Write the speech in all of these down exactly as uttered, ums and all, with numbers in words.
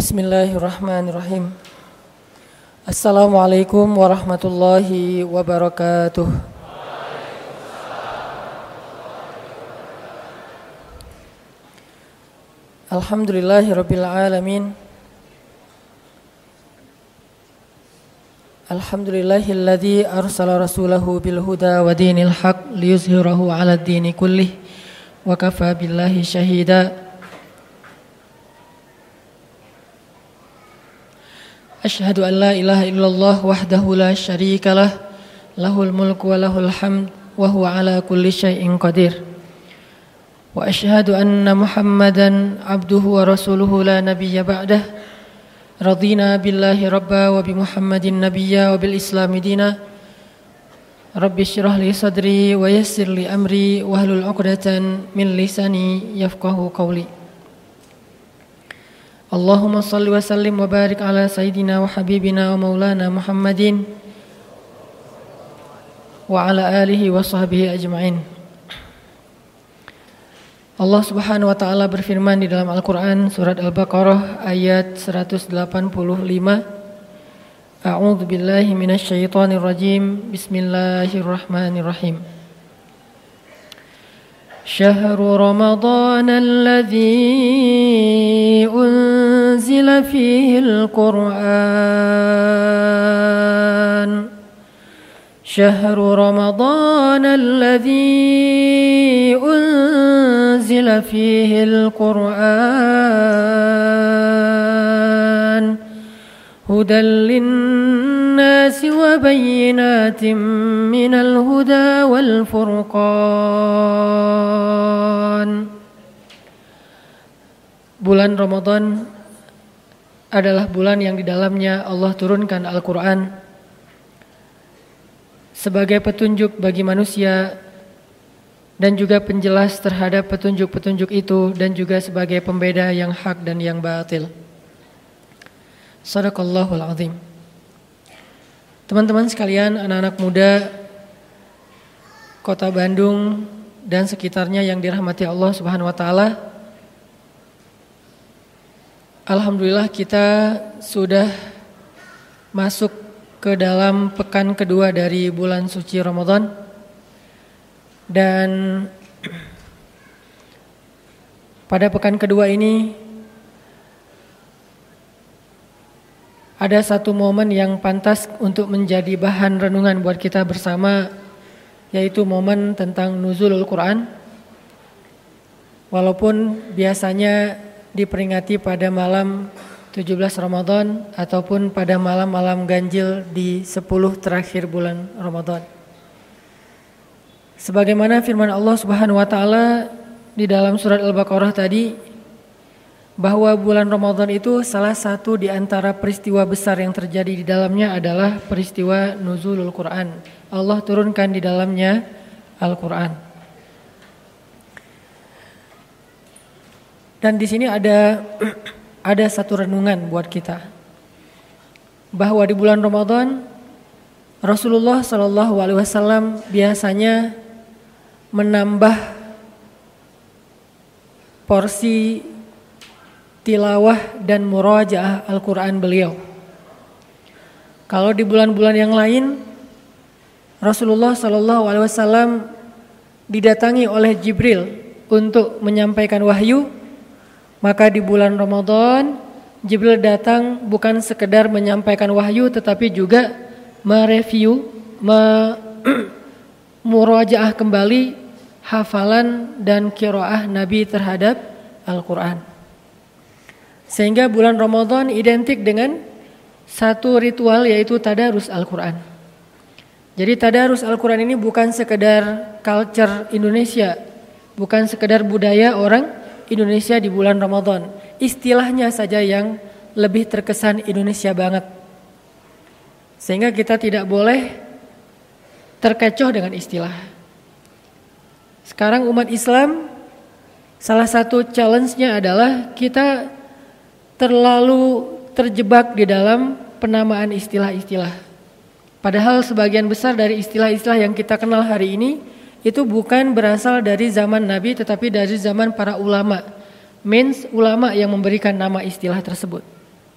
Bismillahirrahmanirrahim. Assalamualaikum warahmatullahi wabarakatuh. Alhamdulillahirabbil alamin. Alhamdulillahilladzi arsala rasulahu bil huda wa dinil haq liyuzhirahu 'alad dini kullih wa kafa billahi syahida. Asyhadu an la ilaha illallah wahdahu la syarika lah, lahul mulku wa lahul hamd wa huwa ala kulli syai'in qadir. Wa asyhadu anna Muhammadan abduhu wa rasuluhu la nabiyya ba'dah. Radina billahi rabba wa bi Muhammadin nabiyya wa bil islami dina. Rabbi syrah li sadri wa yassir li amri wahlul 'uqdatan min lisani yafqahu qawli. Allahumma salli wa sallim wa barik ala sayyidina wa habibina wa maulana Muhammadin wa ala alihi wa sahbihi ajma'in. Allah Subhanahu wa taala berfirman di dalam Al-Qur'an surat Al-Baqarah ayat seratus delapan puluh lima. A'udzu billahi minasy syaithanir rajim. Bismillahirrahmanirrahim. Syahru Ramadan alladzi unzila fihi al-Qur'an. Syahru Ramadan alladzi unzila fihi al-Qur'an. Hudan lin-nasi wa bayyinatin minal huda wal furqan. Bulan Ramadan adalah bulan yang di dalamnya Allah turunkan Al-Quran sebagai petunjuk bagi manusia dan juga penjelas terhadap petunjuk-petunjuk itu, dan juga sebagai pembeda yang hak dan yang batil. Shadaqallahul azim. Teman-teman sekalian, anak-anak muda Kota Bandung dan sekitarnya yang dirahmati Allah Subhanahu wa taala. Alhamdulillah kita sudah masuk ke dalam pekan kedua dari bulan suci Ramadan. Dan pada pekan kedua ini ada satu momen yang pantas untuk menjadi bahan renungan buat kita bersama, yaitu momen tentang nuzulul Quran. Walaupun biasanya diperingati pada malam tujuh belas Ramadan ataupun pada malam-malam ganjil di sepuluh terakhir bulan Ramadan. Sebagaimana firman Allah Subhanahu wa taala di dalam surat Al-Baqarah tadi, bahwa bulan Ramadan itu salah satu di antara peristiwa besar yang terjadi di dalamnya adalah peristiwa nuzulul Quran. Allah turunkan di dalamnya Al-Quran. Dan di sini ada ada satu renungan buat kita, bahwa di bulan Ramadan Rasulullah Shallallahu Alaihi Wasallam biasanya menambah porsi tilawah dan murajaah Al-Quran beliau. Kalau di bulan-bulan yang lain Rasulullah Shallallahu Alaihi Wasallam didatangi oleh Jibril untuk menyampaikan wahyu, maka di bulan Ramadan Jibril datang bukan sekedar menyampaikan wahyu, tetapi juga mereview, murajaah kembali hafalan dan qiraah Nabi terhadap Al-Quran. Sehingga bulan Ramadan identik dengan satu ritual, yaitu tadarus Al-Quran. Jadi tadarus Al-Quran ini bukan sekedar culture Indonesia, bukan sekedar budaya orang Indonesia di bulan Ramadan. Istilahnya saja yang lebih terkesan Indonesia banget. Sehingga kita tidak boleh terkecoh dengan istilah. Sekarang umat Islam, salah satu challenge-nya adalah kita terlalu terjebak di dalam penamaan istilah-istilah. Padahal sebagian besar dari istilah-istilah yang kita kenal hari ini itu bukan berasal dari zaman Nabi, tetapi dari zaman para ulama. Means ulama yang memberikan nama istilah tersebut.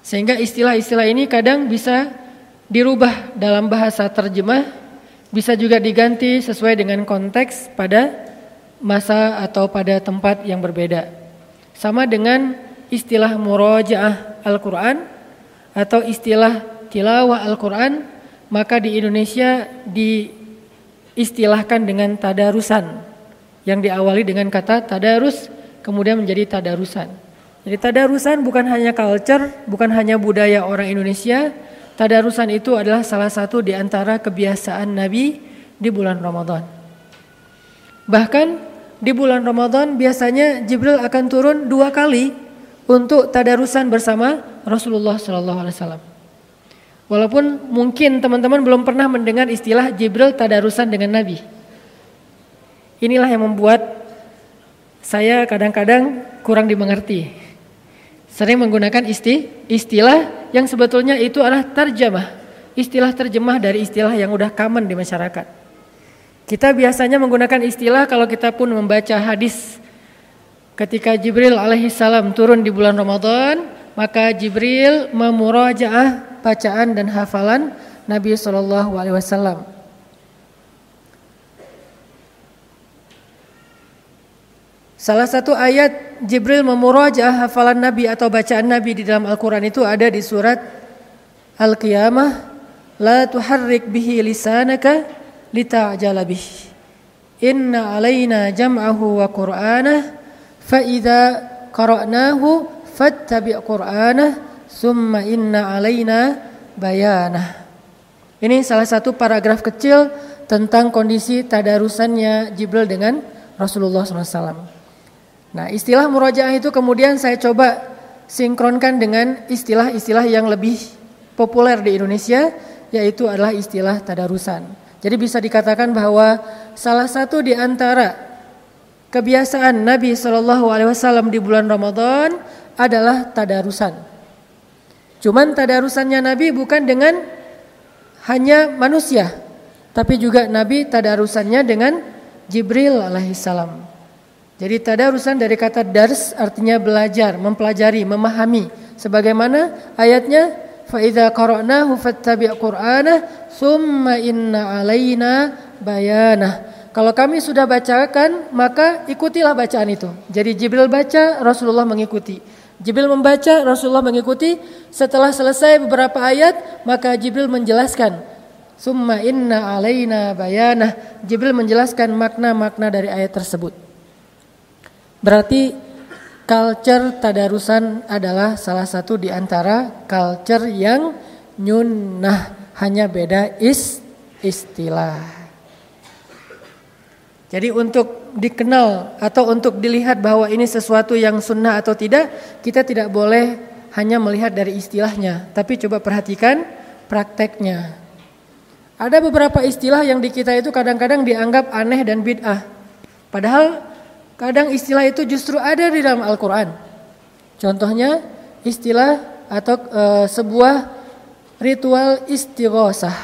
Sehingga istilah-istilah ini kadang bisa dirubah dalam bahasa terjemah, bisa juga diganti sesuai dengan konteks pada masa atau pada tempat yang berbeda. Sama dengan istilah murajaah Al-Quran atau istilah tilawah Al-Quran, maka di Indonesia diistilahkan dengan tadarusan, yang diawali dengan kata tadarus kemudian menjadi tadarusan. Jadi tadarusan bukan hanya culture, bukan hanya budaya orang Indonesia. Tadarusan itu adalah salah satu di antara kebiasaan Nabi di bulan Ramadan. Bahkan di bulan Ramadan biasanya Jibril akan turun dua kali untuk tadarusan bersama Rasulullah shallallahu alaihi wasallam. Walaupun mungkin teman-teman belum pernah mendengar istilah Jibril tadarusan dengan Nabi. Inilah yang membuat saya kadang-kadang kurang dimengerti. Sering menggunakan isti, istilah yang sebetulnya itu adalah terjemah. Istilah terjemah dari istilah yang udah common di masyarakat. Kita biasanya menggunakan istilah kalau kita pun membaca hadis. Ketika Jibril alaihissalam turun di bulan Ramadan, maka Jibril memurajaah bacaan dan hafalan Nabi shallallahu alaihi wasallam. Salah satu ayat Jibril memurajaah hafalan Nabi atau bacaan Nabi di dalam Al-Quran itu ada di surat Al-Qiyamah. La tuharrik bihi lisanaka lita'jala bih. Inna alaina jam'ahu wa qur'anah. Fa idza qara'nahu fattabi' qur'anah. Summa inna alaina bayanah. Ini salah satu paragraf kecil tentang kondisi tadarusannya Jibril dengan Rasulullah shallallahu alaihi wasallam. Nah, istilah murajaah itu kemudian saya coba sinkronkan dengan istilah-istilah yang lebih populer di Indonesia, yaitu adalah istilah tadarusan. Jadi bisa dikatakan bahwa salah satu di antara kebiasaan Nabi shallallahu alaihi wasallam di bulan Ramadan adalah tadarusan. Cuman tadarusannya Nabi bukan dengan hanya manusia, tapi juga Nabi tadarusannya dengan Jibril alaihissalam. Jadi tadarusan dari kata dars artinya belajar, mempelajari, memahami. Sebagaimana ayatnya fa idza qara'nahu fattabi' qur'anah summa inna alaina bayanah. Kalau kami sudah bacakan, maka ikutilah bacaan itu. Jadi Jibril baca, Rasulullah mengikuti. Jibril membaca, Rasulullah mengikuti. Setelah selesai beberapa ayat, maka Jibril menjelaskan. Summa inna alaina bayanah. Jibril menjelaskan makna-makna dari ayat tersebut. Berarti culture tadarusan adalah salah satu di antara culture yang nyunnah, hanya beda is istilah. Jadi untuk dikenal atau untuk dilihat bahwa ini sesuatu yang sunnah atau tidak, kita tidak boleh hanya melihat dari istilahnya, tapi coba perhatikan prakteknya. Ada beberapa istilah yang di kita itu kadang-kadang dianggap aneh dan bid'ah. Padahal kadang istilah itu justru ada di dalam Al-Quran. Contohnya istilah atau e, sebuah ritual istighosah.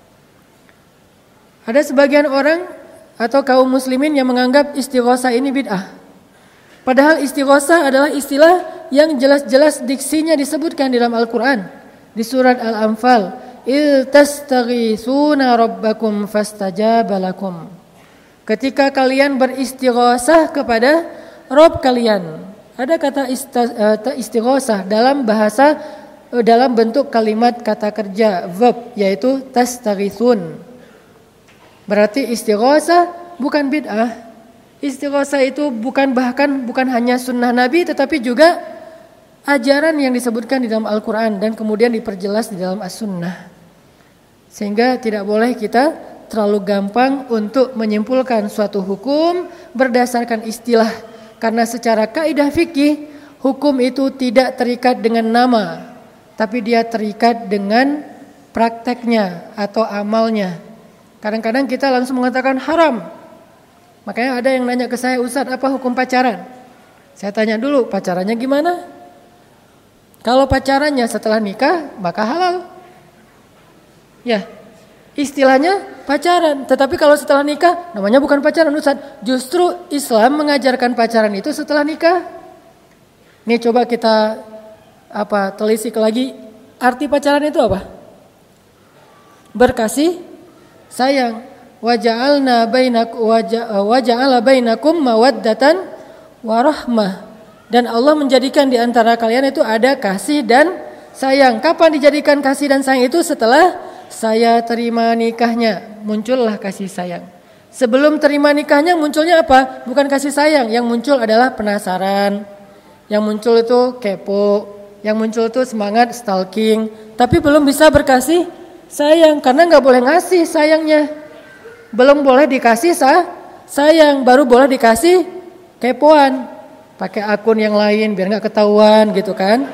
Ada sebagian orang atau kaum muslimin yang menganggap istighosah ini bid'ah. Padahal istighosah adalah istilah yang jelas-jelas diksinya disebutkan di dalam Al-Quran. Di surat Al-Anfal. Il tastaghisuna rabbakum fastajaba lakum. Ketika kalian beristighosah kepada Rabb kalian. Ada kata istighosah dalam bahasa dalam bentuk kalimat kata kerja verb, yaitu tastaghithun. Berarti istighosah bukan bid'ah. Istighosah itu bukan bahkan bukan hanya sunnah Nabi, tetapi juga ajaran yang disebutkan di dalam Al-Quran dan kemudian diperjelas di dalam As-Sunnah. Sehingga tidak boleh kita terlalu gampang untuk menyimpulkan suatu hukum berdasarkan istilah. Karena secara kaidah fikih, hukum itu tidak terikat dengan nama, tapi dia terikat dengan prakteknya atau amalnya. Kadang-kadang kita langsung mengatakan haram. Makanya ada yang nanya ke saya, Ustaz, apa hukum pacaran? Saya tanya dulu, pacarannya gimana? Kalau pacarannya setelah nikah, maka halal. Ya, istilahnya pacaran, tetapi kalau setelah nikah namanya bukan pacaran, Ustaz. Justru Islam mengajarkan pacaran itu setelah nikah. Ini coba kita apa telisik lagi. Arti pacaran itu apa? Berkasih sayang. Waja'alna bainakum waja'ala bainakum mawaddatan warahmah. Dan Allah menjadikan di antara kalian itu ada kasih dan sayang. Kapan dijadikan kasih dan sayang itu? Setelah saya terima nikahnya, muncullah kasih sayang. Sebelum terima nikahnya munculnya apa? Bukan kasih sayang, yang muncul adalah penasaran. Yang muncul itu kepo, yang muncul itu semangat stalking. Tapi belum bisa berkasih sayang karena nggak boleh ngasih sayangnya. Belum boleh dikasih sah, sayang, baru boleh dikasih kepoan. Pakai akun yang lain biar nggak ketahuan gitu kan.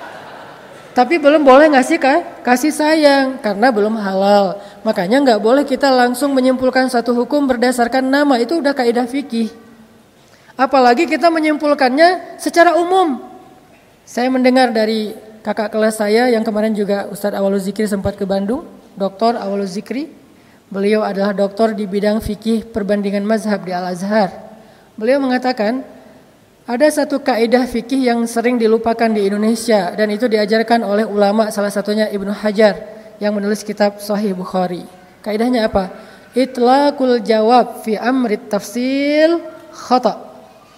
Tapi belum boleh ngasih kah? Kasih sayang karena belum halal. Makanya nggak boleh kita langsung menyimpulkan satu hukum berdasarkan nama. Itu udah kaidah fikih. Apalagi kita menyimpulkannya secara umum. Saya mendengar dari kakak kelas saya yang kemarin juga Ustadz Awaluz Zikri sempat ke Bandung, Doktor Awaluz Zikri. Beliau adalah doktor di bidang fikih perbandingan mazhab di Al-Azhar. Beliau mengatakan ada satu kaidah fikih yang sering dilupakan di Indonesia dan itu diajarkan oleh ulama, salah satunya Ibnu Hajar yang menulis kitab Sahih Bukhari. Kaidahnya apa? Itlaqul jawab fi amrit tafsil khata'.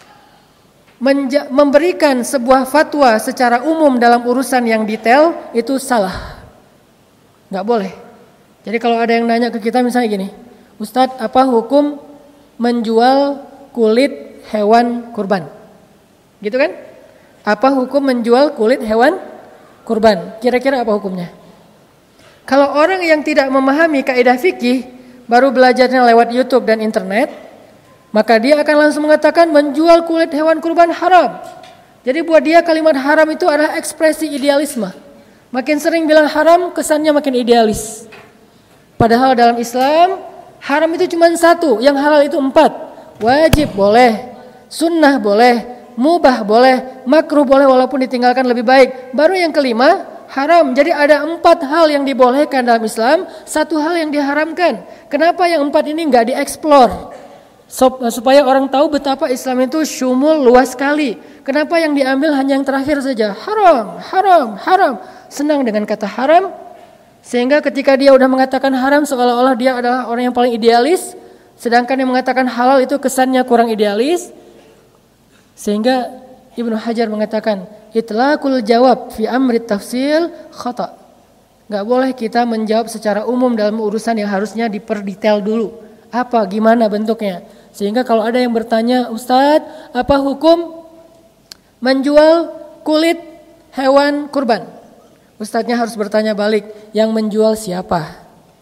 Menja- memberikan sebuah fatwa secara umum dalam urusan yang detail itu salah. Enggak boleh. Jadi kalau ada yang nanya ke kita misalnya gini, Ustadz, apa hukum menjual kulit hewan kurban? Gitu kan? Apa hukum menjual kulit hewan kurban? Kira-kira apa hukumnya? Kalau orang yang tidak memahami kaidah fikih, baru belajarnya lewat YouTube dan internet, maka dia akan langsung mengatakan menjual kulit hewan kurban haram. Jadi buat dia kalimat haram itu adalah ekspresi idealisme. Makin sering bilang haram, kesannya makin idealis. Padahal dalam Islam, haram itu cuma satu, yang halal itu empat. Wajib boleh, sunnah boleh, mubah boleh, makruh boleh walaupun ditinggalkan lebih baik. Baru yang kelima, haram. Jadi ada empat hal yang dibolehkan dalam Islam, satu hal yang diharamkan. Kenapa yang empat ini nggak dieksplor? Supaya orang tahu betapa Islam itu syumul, luas sekali. Kenapa yang diambil hanya yang terakhir saja? Haram, haram, haram. Senang dengan kata haram. Sehingga ketika dia udah mengatakan haram, seolah-olah dia adalah orang yang paling idealis. Sedangkan yang mengatakan halal itu kesannya kurang idealis. Sehingga Ibnu Hajar mengatakan itlaqul jawab fi amri tafsil khata'. Enggak boleh kita menjawab secara umum dalam urusan yang harusnya diperdetail dulu. Apa, gimana bentuknya? Sehingga kalau ada yang bertanya, Ustadz, apa hukum menjual kulit hewan kurban? Ustadznya harus bertanya balik, yang menjual siapa?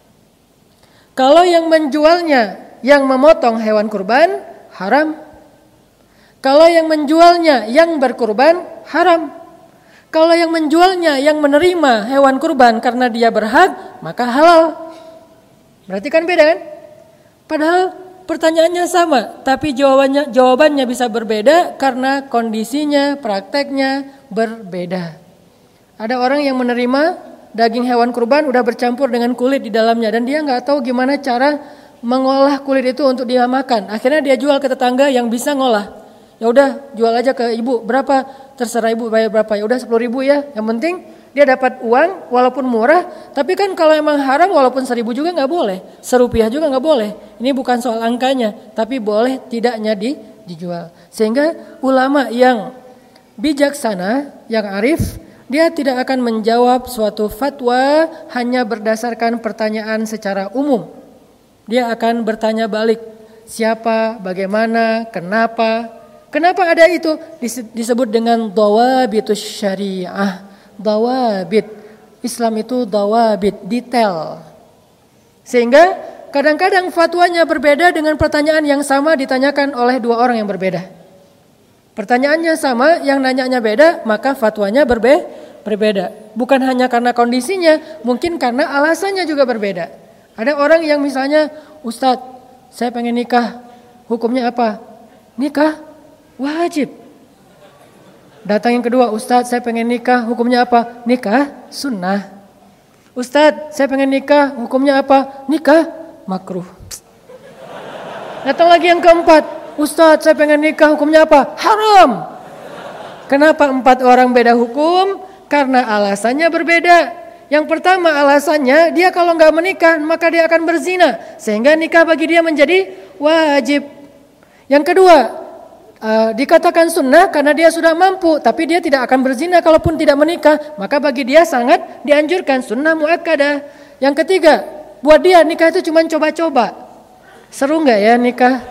Kalau yang menjualnya yang memotong hewan kurban, haram. Kalau yang menjualnya yang berkurban, haram. Kalau yang menjualnya yang menerima hewan kurban karena dia berhak, maka halal. Berarti kan beda kan? Padahal pertanyaannya sama, tapi jawabannya jawabannya bisa berbeda karena kondisinya, prakteknya berbeda. Ada orang yang menerima daging hewan kurban udah bercampur dengan kulit di dalamnya dan dia nggak tahu gimana cara mengolah kulit itu untuk dia makan. Akhirnya dia jual ke tetangga yang bisa ngolah. Ya udah jual aja ke ibu, berapa? Terserah ibu bayar berapa. Ya udah sepuluh ribu ya. Yang penting dia dapat uang walaupun murah. Tapi kan kalau emang haram walaupun seribu juga nggak boleh, serupiah juga nggak boleh. Ini bukan soal angkanya, tapi boleh tidaknya di, dijual. Sehingga ulama yang bijaksana, yang arif, dia tidak akan menjawab suatu fatwa hanya berdasarkan pertanyaan secara umum. Dia akan bertanya balik, siapa, bagaimana, kenapa. Kenapa ada itu? Disebut dengan dawabitus syariah. Dawabit. Islam itu dawabit, detail. Sehingga kadang-kadang fatwanya berbeda dengan pertanyaan yang sama ditanyakan oleh dua orang yang berbeda. Pertanyaannya sama, yang nanyanya beda, maka fatwanya berbe- berbeda. Bukan hanya karena kondisinya, mungkin karena alasannya juga berbeda. Ada orang yang misalnya, Ustadz, saya pengen nikah, hukumnya apa? Nikah wajib. Datang yang kedua, Ustadz saya pengen nikah, hukumnya apa? Nikah sunnah. Ustadz saya pengen nikah, hukumnya apa? Nikah makruh. Datang lagi yang keempat, Ustadz saya pengen nikah, hukumnya apa? Haram. Kenapa empat orang beda hukum? Karena alasannya berbeda. Yang pertama alasannya dia kalau nggak menikah maka dia akan berzina. Sehingga nikah bagi dia menjadi wajib. Yang kedua uh, dikatakan sunnah karena dia sudah mampu. Tapi dia tidak akan berzina kalaupun tidak menikah. Maka bagi dia sangat dianjurkan sunnah muakkadah. Yang ketiga buat dia nikah itu cuma coba-coba. Seru nggak ya nikah?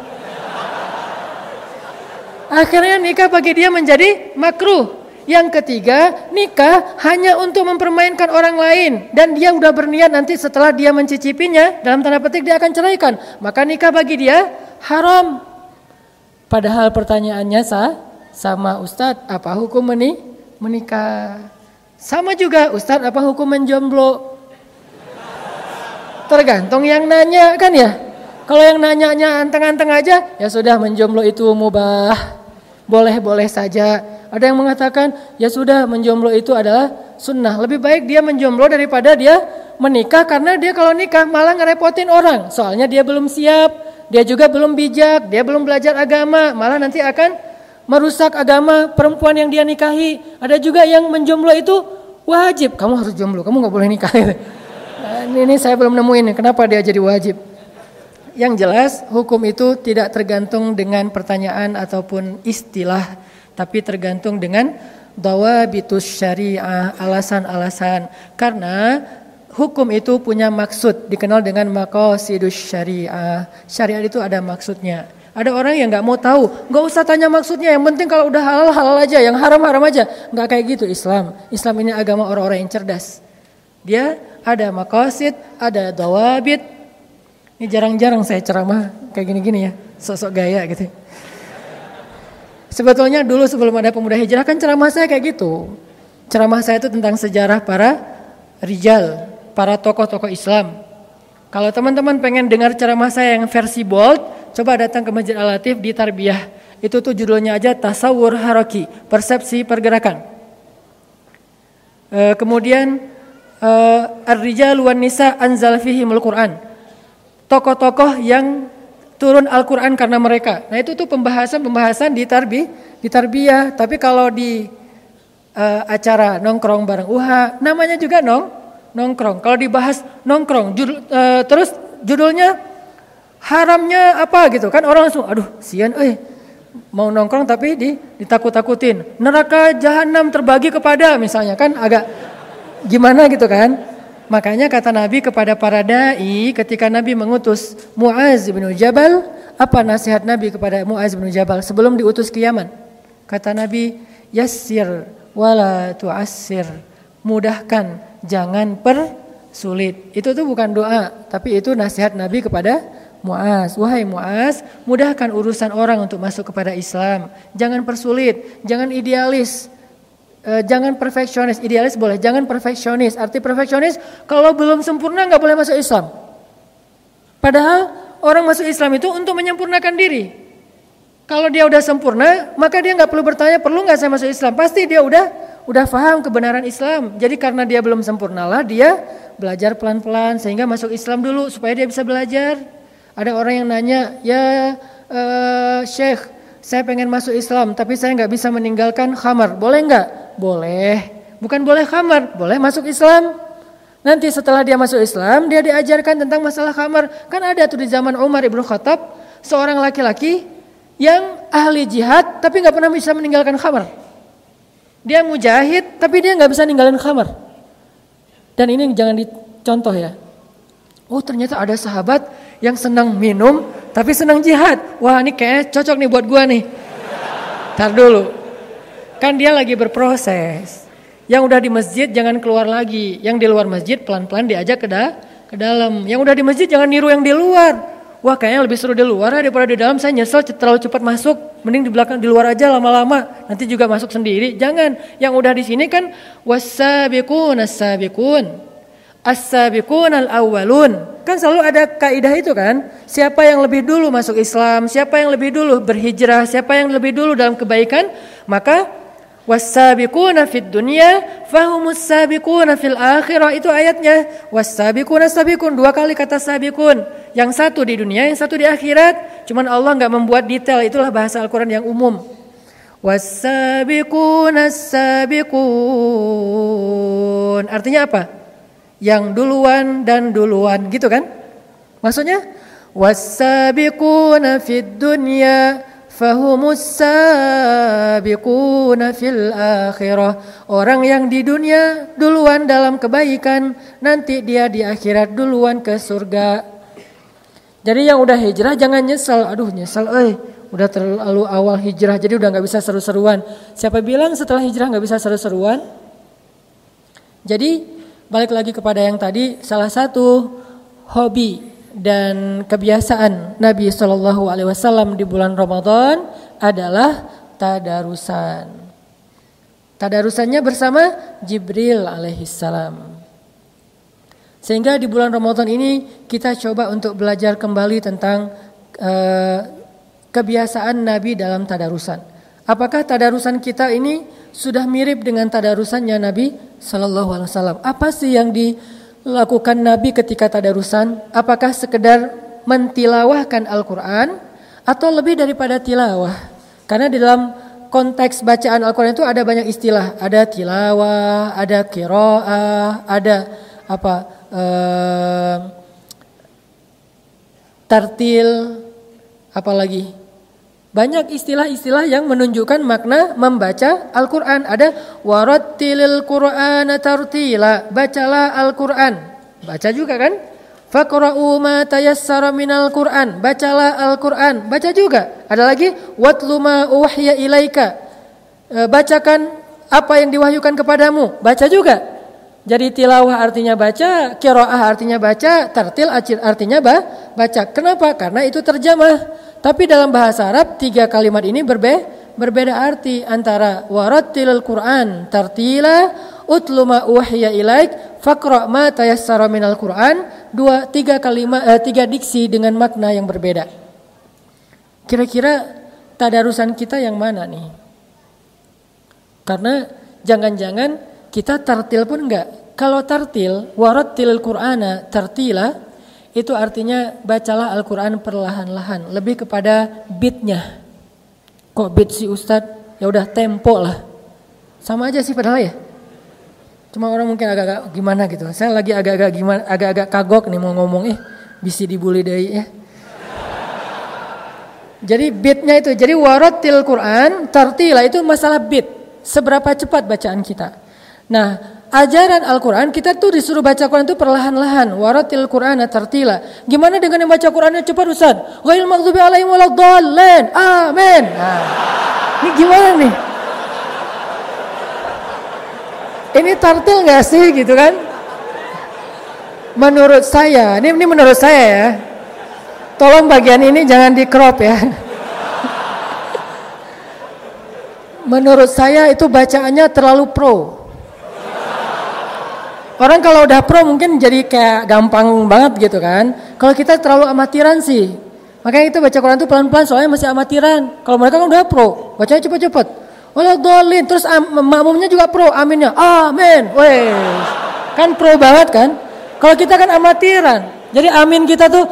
Akhirnya nikah bagi dia menjadi makruh. Yang ketiga, nikah hanya untuk mempermainkan orang lain. Dan dia udah berniat nanti setelah dia mencicipinya, dalam tanda petik dia akan ceraikan. Maka nikah bagi dia haram. Padahal pertanyaannya sah, sama Ustadz, apa hukum meni? menikah? Sama juga, Ustadz, apa hukum menjomblo? Tergantung yang nanya kan ya. Kalau yang nanyanya anteng-anteng aja, ya sudah menjomblo itu mubah. Boleh-boleh saja. Ada yang mengatakan, ya sudah menjomblo itu adalah sunnah. Lebih baik dia menjomblo daripada dia menikah. Karena dia kalau nikah malah ngerepotin orang. Soalnya dia belum siap, dia juga belum bijak, dia belum belajar agama. Malah nanti akan merusak agama perempuan yang dia nikahi. Ada juga yang menjomblo itu wajib. Kamu harus jomblo, kamu gak boleh nikah. Nah, ini saya belum nemuin kenapa dia jadi wajib. Yang jelas hukum itu tidak tergantung dengan pertanyaan ataupun istilah. Tapi tergantung dengan dawabitus syariah, alasan-alasan. Karena hukum itu punya maksud, dikenal dengan maqasidus syariah. Syariat itu ada maksudnya. Ada orang yang gak mau tahu, gak usah tanya maksudnya. Yang penting kalau udah halal, halal aja, yang haram, haram aja. Gak kayak gitu Islam. Islam ini agama orang-orang yang cerdas. Dia ada maqasid, ada dawabit. Ini jarang-jarang saya ceramah kayak gini-gini ya, sosok gaya gitu. Sebetulnya dulu sebelum ada Pemuda Hijrah kan ceramah saya kayak gitu. Ceramah saya itu tentang sejarah para rijal, para tokoh-tokoh Islam. Kalau teman-teman pengen dengar ceramah saya yang versi bold, coba datang ke Masjid Al-Latif di Tarbiyah. Itu tuh judulnya aja Tasawur Haraki, persepsi pergerakan. E, kemudian e, Ar-Rijal wan Nisa anzal fihimul Quran. Tokoh-tokoh yang turun Al-Quran karena mereka. Nah itu tuh pembahasan-pembahasan di tarbi, di tarbiyah. Tapi kalau di uh, acara nongkrong bareng U H, namanya juga nong, nongkrong. Kalau dibahas nongkrong, judul, uh, terus judulnya haramnya apa gitu kan orang langsung, aduh sian, eh mau nongkrong tapi di, ditakut-takutin. Neraka jahanam terbagi kepada misalnya kan agak gimana gitu kan. Makanya kata Nabi kepada para da'i ketika Nabi mengutus Mu'az bin Jabal, apa nasihat Nabi kepada Mu'az bin Jabal sebelum diutus ke Yaman? Kata Nabi, yassir wala tu'assir, mudahkan jangan persulit. Itu tuh bukan doa, tapi itu nasihat Nabi kepada Mu'az. Wahai Mu'az, mudahkan urusan orang untuk masuk kepada Islam. Jangan persulit, jangan idealis. E, jangan perfeksionis, idealis boleh, jangan perfeksionis. Arti perfeksionis kalau belum sempurna nggak boleh masuk Islam. Padahal orang masuk Islam itu untuk menyempurnakan diri. Kalau dia udah sempurna, maka dia nggak perlu bertanya perlu nggak saya masuk Islam. Pasti dia udah udah paham kebenaran Islam. Jadi karena dia belum sempurnalah dia belajar pelan-pelan sehingga masuk Islam dulu supaya dia bisa belajar. Ada orang yang nanya, ya uh, Syekh, saya pengen masuk Islam tapi saya nggak bisa meninggalkan khamar, boleh nggak? Boleh, bukan boleh khamar, boleh masuk Islam. Nanti setelah dia masuk Islam, dia diajarkan tentang masalah khamar. Kan ada tuh di zaman Umar ibn Khattab, seorang laki-laki yang ahli jihad tapi nggak pernah bisa meninggalkan khamar. Dia mujahid tapi dia nggak bisa ninggalin khamar. Dan ini jangan dicontoh ya. Oh ternyata ada sahabat yang senang minum tapi senang jihad. Wah ini kayaknya cocok nih buat gua nih. Tar dulu. Kan dia lagi berproses. Yang udah di masjid jangan keluar lagi. Yang di luar masjid pelan-pelan diajak ke, da- ke dalam. Yang udah di masjid jangan niru yang di luar. Wah kayaknya lebih seru di luar daripada di dalam. Saya nyesel terlalu cepat masuk. Mending di belakang di luar aja lama-lama. Nanti juga masuk sendiri. Jangan. Yang udah di sini kan was-sabiqun as-sabiqun. As-sabiqun al-awwalun. Kan selalu ada kaidah itu kan. Siapa yang lebih dulu masuk Islam, siapa yang lebih dulu berhijrah, siapa yang lebih dulu dalam kebaikan, maka was-sabiquna fid dunya fahumus sabiquna fil akhirah. Itu ayatnya. Was-sabiquna sabiqun, dua kali kata sabiqun. Yang satu di dunia, yang satu di akhirat. Cuman Allah enggak membuat detail, itulah bahasa Al-Qur'an yang umum. Was-sabiquna as-sabiqun. Artinya apa? Yang duluan dan duluan, gitu kan? Maksudnya was-sabiquna fid dunya fahumus sabiquna fil akhirah. Orang yang di dunia duluan dalam kebaikan, nanti dia di akhirat duluan ke surga. Jadi yang udah hijrah jangan nyesal. Aduh nyesal eh udah terlalu awal hijrah jadi udah gak bisa seru-seruan. Siapa bilang setelah hijrah gak bisa seru-seruan? Jadi balik lagi kepada yang tadi, salah satu hobi dan kebiasaan Nabi shallallahu alaihi wasallam di bulan Ramadan adalah tadarusan. Tadarusannya bersama Jibril alaihissalam. Sehingga di bulan Ramadan ini kita coba untuk belajar kembali tentang uh, kebiasaan Nabi dalam tadarusan. Apakah tadarusan kita ini sudah mirip dengan tadarusannya Nabi shallallahu alaihi wasallam? Apa sih yang di lakukan Nabi ketika tadarusan? Apakah sekedar mentilawahkan Al-Quran atau lebih daripada tilawah? Karena di dalam konteks bacaan Al-Quran itu ada banyak istilah. Ada tilawah, ada qiraah, ada apa? Eh, tartil, apalagi? Banyak istilah-istilah yang menunjukkan makna membaca Al-Quran. Ada warattilil Qur'ana tartila, bacalah Al-Quran. Baca juga kan? Faqra'u ma tayassara minal Qur'an, bacalah Al-Quran. Baca juga. Ada lagi watlu ma uwahya ilaika, bacakan apa yang diwahyukan kepadamu. Baca juga. Jadi tilawah artinya baca, qiraah artinya baca, tartil artinya baca. Kenapa? Karena itu terjemah. Tapi dalam bahasa Arab tiga kalimat ini berbe, berbeda arti antara warattilil Qur'an tartila, utlu ma uhiya ilaik, faqra ma tayassara minal Qur'an. Dua tiga kalimat eh, tiga diksi dengan makna yang berbeda. Kira-kira tadarusan kita yang mana nih? Karena jangan-jangan kita tartil pun enggak. Kalau tartil warattilil Qur'ana tartila itu artinya bacalah Al-Quran perlahan-lahan, lebih kepada beatnya. Kok beat sih Ustadz? Ya udah tempo lah. Sama aja sih padahal ya. Cuma orang mungkin agak-agak gimana gitu. Saya lagi agak-agak gimana, agak-agak kagok nih mau ngomong eh bisi dibully deh ya. Jadi beatnya itu, jadi warattil Quran tartila itu masalah beat. Seberapa cepat bacaan kita. Nah, ajaran Al-Quran kita tuh disuruh baca Quran itu perlahan-lahan. Warattil Qur'ana tartila. Gimana dengan yang baca Qurannya cepat Ustaz? Ghairil maghdubi alaihim waladdallin. Amin. Nah, ini gimana nih? Ini tartil nggak sih gitu kan? Menurut saya, ini, ini menurut saya ya. Tolong bagian ini jangan di crop ya. Menurut saya itu bacaannya terlalu pro. Orang kalau udah pro mungkin jadi kayak gampang banget gitu kan. Kalau kita terlalu amatiran sih. Makanya itu baca Quran itu pelan-pelan soalnya masih amatiran. Kalau mereka kan udah pro, bacanya cepet-cepet. Waladhdallin, terus am- makmumnya juga pro, aminnya. Amin. Weh. Kan pro banget kan? Kalau kita kan amatiran. Jadi amin kita tuh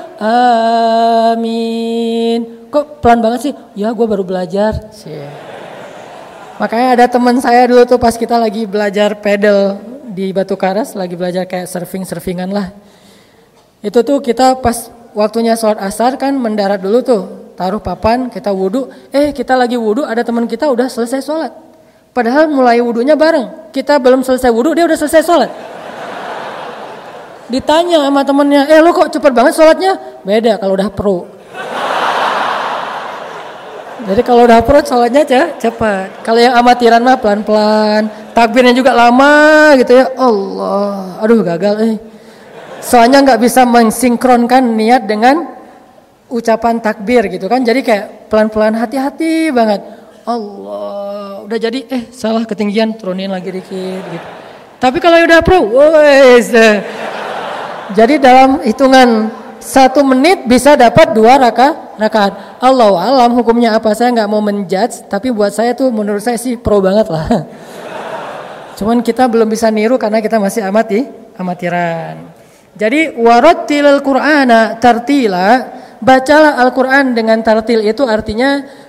amin. Kok pelan banget sih? Ya gue baru belajar. Sih. Makanya ada teman saya dulu tuh pas kita lagi belajar pedal di Batu Karas, lagi belajar kayak surfing-surfingan lah. Itu tuh kita pas waktunya sholat asar kan mendarat dulu tuh, taruh papan, kita wudhu. Eh kita lagi wudhu, ada teman kita udah selesai sholat. Padahal mulai wudhunya bareng. Kita belum selesai wudhu, dia udah selesai sholat. Ditanya sama temennya, eh lu kok cepet banget sholatnya? Beda kalau udah pro. Jadi kalau udah pro sholatnya cepat. Kalau yang amatiran mah pelan-pelan. Takbirnya juga lama gitu ya. Allah, aduh gagal eh. Soalnya nggak bisa mensinkronkan niat dengan ucapan takbir gitu kan. Jadi kayak pelan-pelan hati-hati banget. Allah, udah jadi eh salah ketinggian turunin lagi dikit gitu. Tapi kalau udah pro, wes. Jadi dalam hitungan satu menit bisa dapat dua raka, rakaat. Allahu alam hukumnya apa, saya nggak mau menjudge. Tapi buat saya tuh menurut saya sih pro banget lah. Cuman kita belum bisa niru karena kita masih amati, amatiran. Jadi warattilil Qur'ana tartila, bacalah Al-Quran dengan tartil itu artinya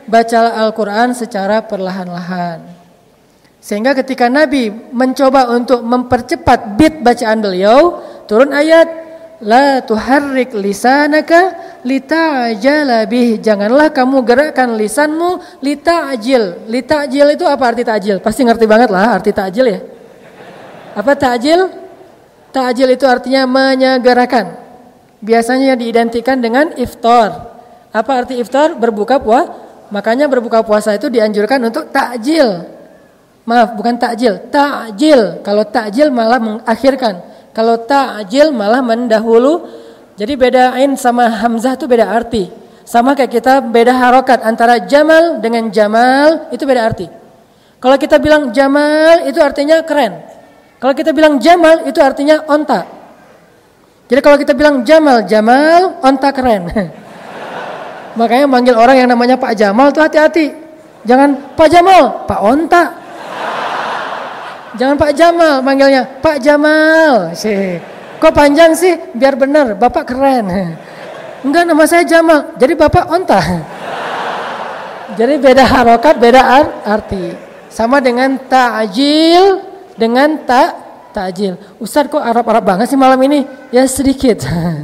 bacalah Al-Quran secara perlahan-lahan. Sehingga ketika Nabi mencoba untuk mempercepat beat bacaan beliau, turun ayat, la tuharrik lisanaka lita'jala bih. Janganlah kamu gerakkan lisanmu lita'jil. Lita'jil itu apa arti ta'jil? Pasti ngerti banget lah arti ta'jil ya. Apa ta'jil? Ta'jil itu artinya menyegerakan. Biasanya diidentikan dengan iftar. Apa arti iftar? Berbuka puasa. Makanya berbuka puasa itu dianjurkan untuk takjil. Maaf, bukan takjil, takjil. Kalau takjil malah mengakhirkan. Kalau takjil malah mendahulu. Jadi beda ain sama hamzah itu beda arti. Sama kayak kita beda harokat antara jamal dengan jamal itu beda arti. Kalau kita bilang jamal itu artinya keren. Kalau kita bilang jamal itu artinya onta. Jadi kalau kita bilang Jamal, Jamal, onta keren. Makanya manggil orang yang namanya Pak Jamal tuh hati-hati. Jangan Pak Jamal, Pak Onta. Jangan Pak Jamal, manggilnya Pak Jamal. Sih. Kok panjang sih? Biar benar, Bapak keren. Enggak, nama saya Jamal. Jadi Bapak Onta. Jadi beda harokat, beda arti. Sama dengan ta'jil dengan tak takjil. Ustaz kok Arab-Arab banget sih malam ini? Ya sedikit.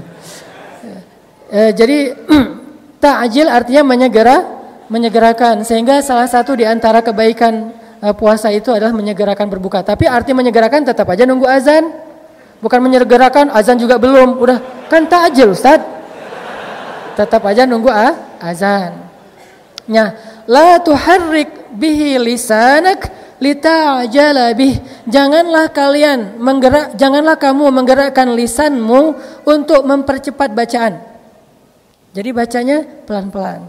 e, jadi takjil artinya menyegera, menyegerakan. Sehingga salah satu di antara kebaikan e, puasa itu adalah menyegerakan berbuka. Tapi arti menyegerakan tetap aja nunggu azan. Bukan menyegerakan azan juga belum. Udah kan takjil Ustaz. Tetap aja nunggu ah, azan. Nah, la tuharrik bihi lisanak lita'jala bih. Janganlah kalian menggerak, janganlah kamu menggerakkan lisanmu untuk mempercepat bacaan. Jadi bacanya pelan-pelan.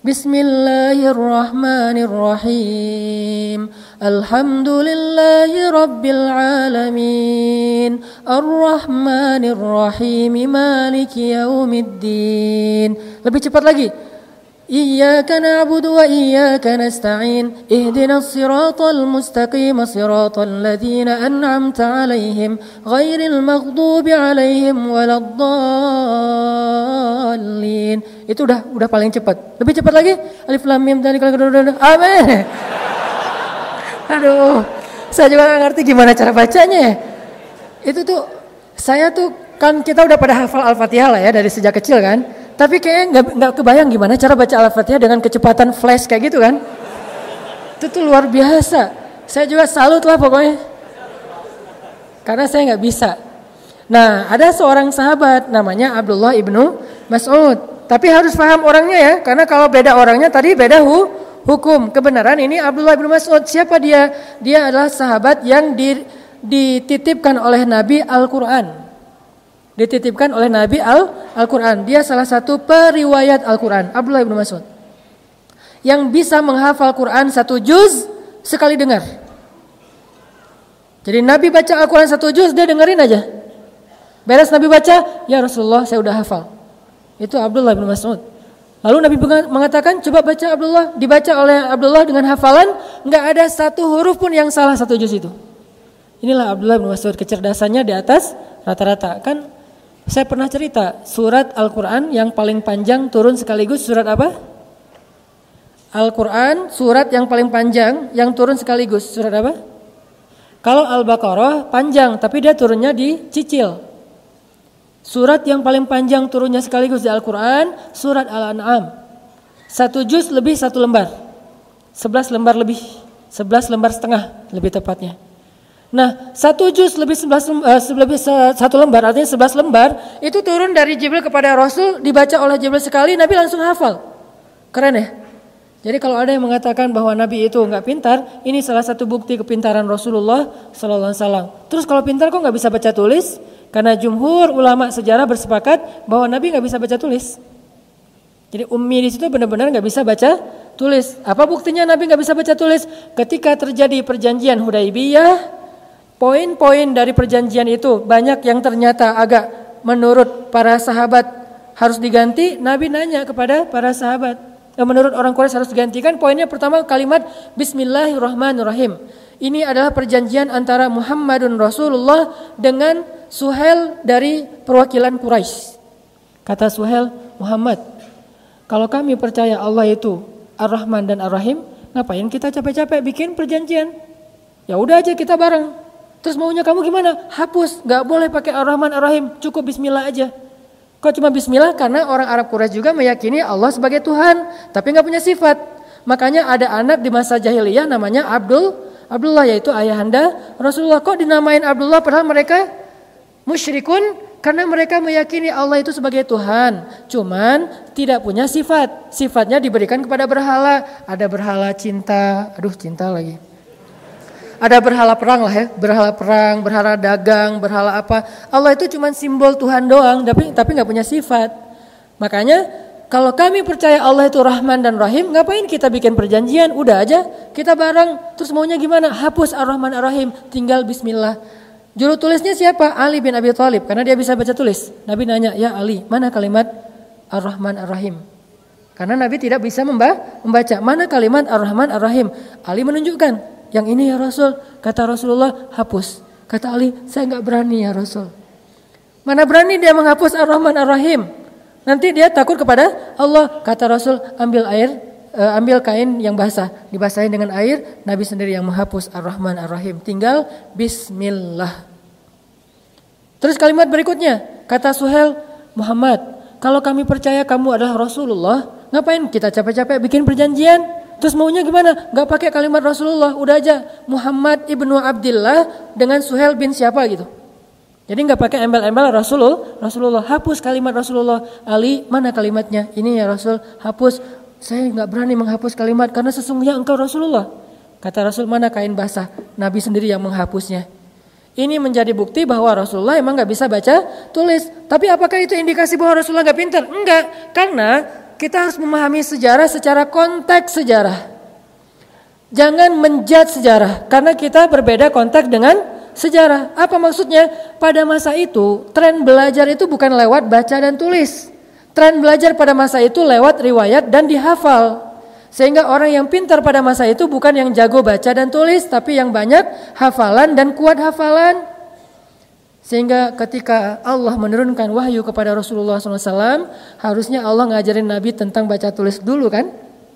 Bismillahirrahmanirrahim. Alhamdulillahi rabbil alamin. Arrahmanirrahim. Maliki yaumiddin. Lebih cepat lagi. Iyyaka na'budu wa iyyaka nasta'in ihdinas siratal mustaqim siratal ladzina an'amta 'alaihim ghairil maghdubi 'alaihim waladdallin. Itu udah udah paling cepat. Lebih cepat lagi. Alif lam mim dzalika amin. Aduh, saya juga gak ngerti gimana cara bacanya. Itu tuh saya tuh kan kita udah pada hafal Al-Fatihah lah ya dari sejak kecil kan. Tapi kayaknya nggak nggak kebayang gimana cara baca Al-Fatihah dengan kecepatan flash kayak gitu kan? Itu tuh luar biasa. Saya juga salut lah pokoknya. Karena saya nggak bisa. Nah, ada seorang sahabat namanya Abdullah ibnu Mas'ud. Tapi harus paham orangnya ya, karena kalau beda orangnya tadi beda hu, hukum. Kebenaran ini Abdullah ibnu Mas'ud. Siapa dia? Dia adalah sahabat yang di, dititipkan oleh Nabi Al-Quran. Dititipkan oleh Nabi Al, Al-Quran. Dia salah satu periwayat Al-Quran, Abdullah ibnu Mas'ud, yang bisa menghafal Quran satu juz sekali dengar. Jadi Nabi baca Al-Quran satu juz, dia dengerin aja. Beres Nabi baca, ya Rasulullah saya udah hafal. Itu Abdullah ibnu Mas'ud. Lalu Nabi mengatakan, coba baca Abdullah. Dibaca oleh Abdullah dengan hafalan, nggak ada satu huruf pun yang salah satu juz itu. Inilah Abdullah ibnu Mas'ud, kecerdasannya di atas rata-rata. Kan saya pernah cerita, surat Al-Quran yang paling panjang turun sekaligus surat apa? Al-Quran, surat yang paling panjang yang turun sekaligus surat apa? Kalau Al-Baqarah panjang, tapi dia turunnya dicicil. Surat yang paling panjang turunnya sekaligus di Al-Quran, surat Al-An'am. Satu juz lebih satu lembar. Sebelas lembar lebih. Sebelas lembar setengah lebih tepatnya. Nah, satu juz lebih sebelas uh, lebih satu lembar, artinya sebelas lembar itu turun dari Jibril kepada Rasul, dibaca oleh Jibril sekali, Nabi langsung hafal. Keren ya? Jadi kalau ada yang mengatakan bahwa Nabi itu enggak pintar, ini salah satu bukti kepintaran Rasulullah sallallahu alaihi wasallam. Terus kalau pintar kok enggak bisa baca tulis? Karena jumhur ulama sejarah bersepakat bahwa Nabi enggak bisa baca tulis. Jadi ummi di situ benar-benar enggak bisa baca tulis. Apa buktinya Nabi enggak bisa baca tulis? Ketika terjadi perjanjian Hudaibiyah, poin-poin dari perjanjian itu banyak yang ternyata agak menurut para sahabat harus diganti. Nabi nanya kepada para sahabat, yang menurut orang Quraisy harus digantikan. Poinnya pertama kalimat Bismillahirrahmanirrahim. Ini adalah perjanjian antara Muhammadun Rasulullah dengan Suhail dari perwakilan Quraisy. Kata Suhail, Muhammad, kalau kami percaya Allah itu Ar-Rahman dan Ar-Rahim, ngapain kita capek-capek bikin perjanjian? Ya udah aja kita bareng. Terus maunya kamu gimana? Hapus, nggak boleh pakai Ar-Rahman Ar-Rahim, cukup Bismillah aja. Kok cuma Bismillah? Karena orang Arab Quraisy juga meyakini Allah sebagai Tuhan, tapi nggak punya sifat. Makanya ada anak di masa jahiliyah namanya Abdul Abdullah, yaitu ayahanda Rasulullah. Kok dinamain Abdullah padahal mereka musyrikun? Karena mereka meyakini Allah itu sebagai Tuhan, cuman tidak punya sifat. Sifatnya diberikan kepada berhala. Ada berhala cinta, aduh cinta lagi. Ada berhala perang lah ya, berhala perang, berhala dagang, berhala apa. Allah itu cuman simbol Tuhan doang, tapi tapi nggak punya sifat. Makanya kalau kami percaya Allah itu Rahman dan Rahim, ngapain kita bikin perjanjian? Udah aja kita bareng. Terus maunya gimana? Hapus Ar-Rahman Ar-Rahim, tinggal Bismillah. Juru tulisnya siapa? Ali bin Abi Thalib, karena dia bisa baca tulis. Nabi nanya, ya Ali, mana kalimat Ar-Rahman Ar-Rahim? Karena Nabi tidak bisa membaca. Mana kalimat Ar-Rahman Ar-Rahim? Ali menunjukkan, yang ini ya Rasul. Kata Rasulullah, hapus. Kata Ali, saya gak berani ya Rasul. Mana berani dia menghapus Ar-Rahman Ar-Rahim? Nanti dia takut kepada Allah. Kata Rasul, ambil air. Uh, ambil kain yang basah, dibasahin dengan air, Nabi sendiri yang menghapus Ar-Rahman Ar-Rahim. Tinggal Bismillah. Terus kalimat berikutnya, kata Suhail, Muhammad, kalau kami percaya kamu adalah Rasulullah, ngapain kita capek-capek bikin perjanjian? Terus maunya gimana? Gak pakai kalimat Rasulullah, udah aja Muhammad ibnu Abdillah dengan Suhail bin siapa gitu. Jadi gak pakai embel-embel Rasulullah, Rasulullah. Hapus kalimat Rasulullah. Ali, mana kalimatnya? Ini ya Rasul, hapus. Saya nggak berani menghapus kalimat karena sesungguhnya engkau Rasulullah. Kata Rasul, mana kain basah? Nabi sendiri yang menghapusnya. Ini menjadi bukti bahwa Rasulullah emang nggak bisa baca tulis. Tapi apakah itu indikasi bahwa Rasulullah nggak pintar? Enggak, karena kita harus memahami sejarah secara konteks sejarah. Jangan menjudge sejarah, karena kita berbeda konteks dengan sejarah. Apa maksudnya? Pada masa itu tren belajar itu bukan lewat baca dan tulis. Tren belajar pada masa itu lewat riwayat dan dihafal. Sehingga orang yang pintar pada masa itu bukan yang jago baca dan tulis, tapi yang banyak hafalan dan kuat hafalan. Sehingga ketika Allah menurunkan wahyu kepada Rasulullah shallallahu alaihi wasallam, harusnya Allah ngajarin Nabi tentang baca tulis dulu kan.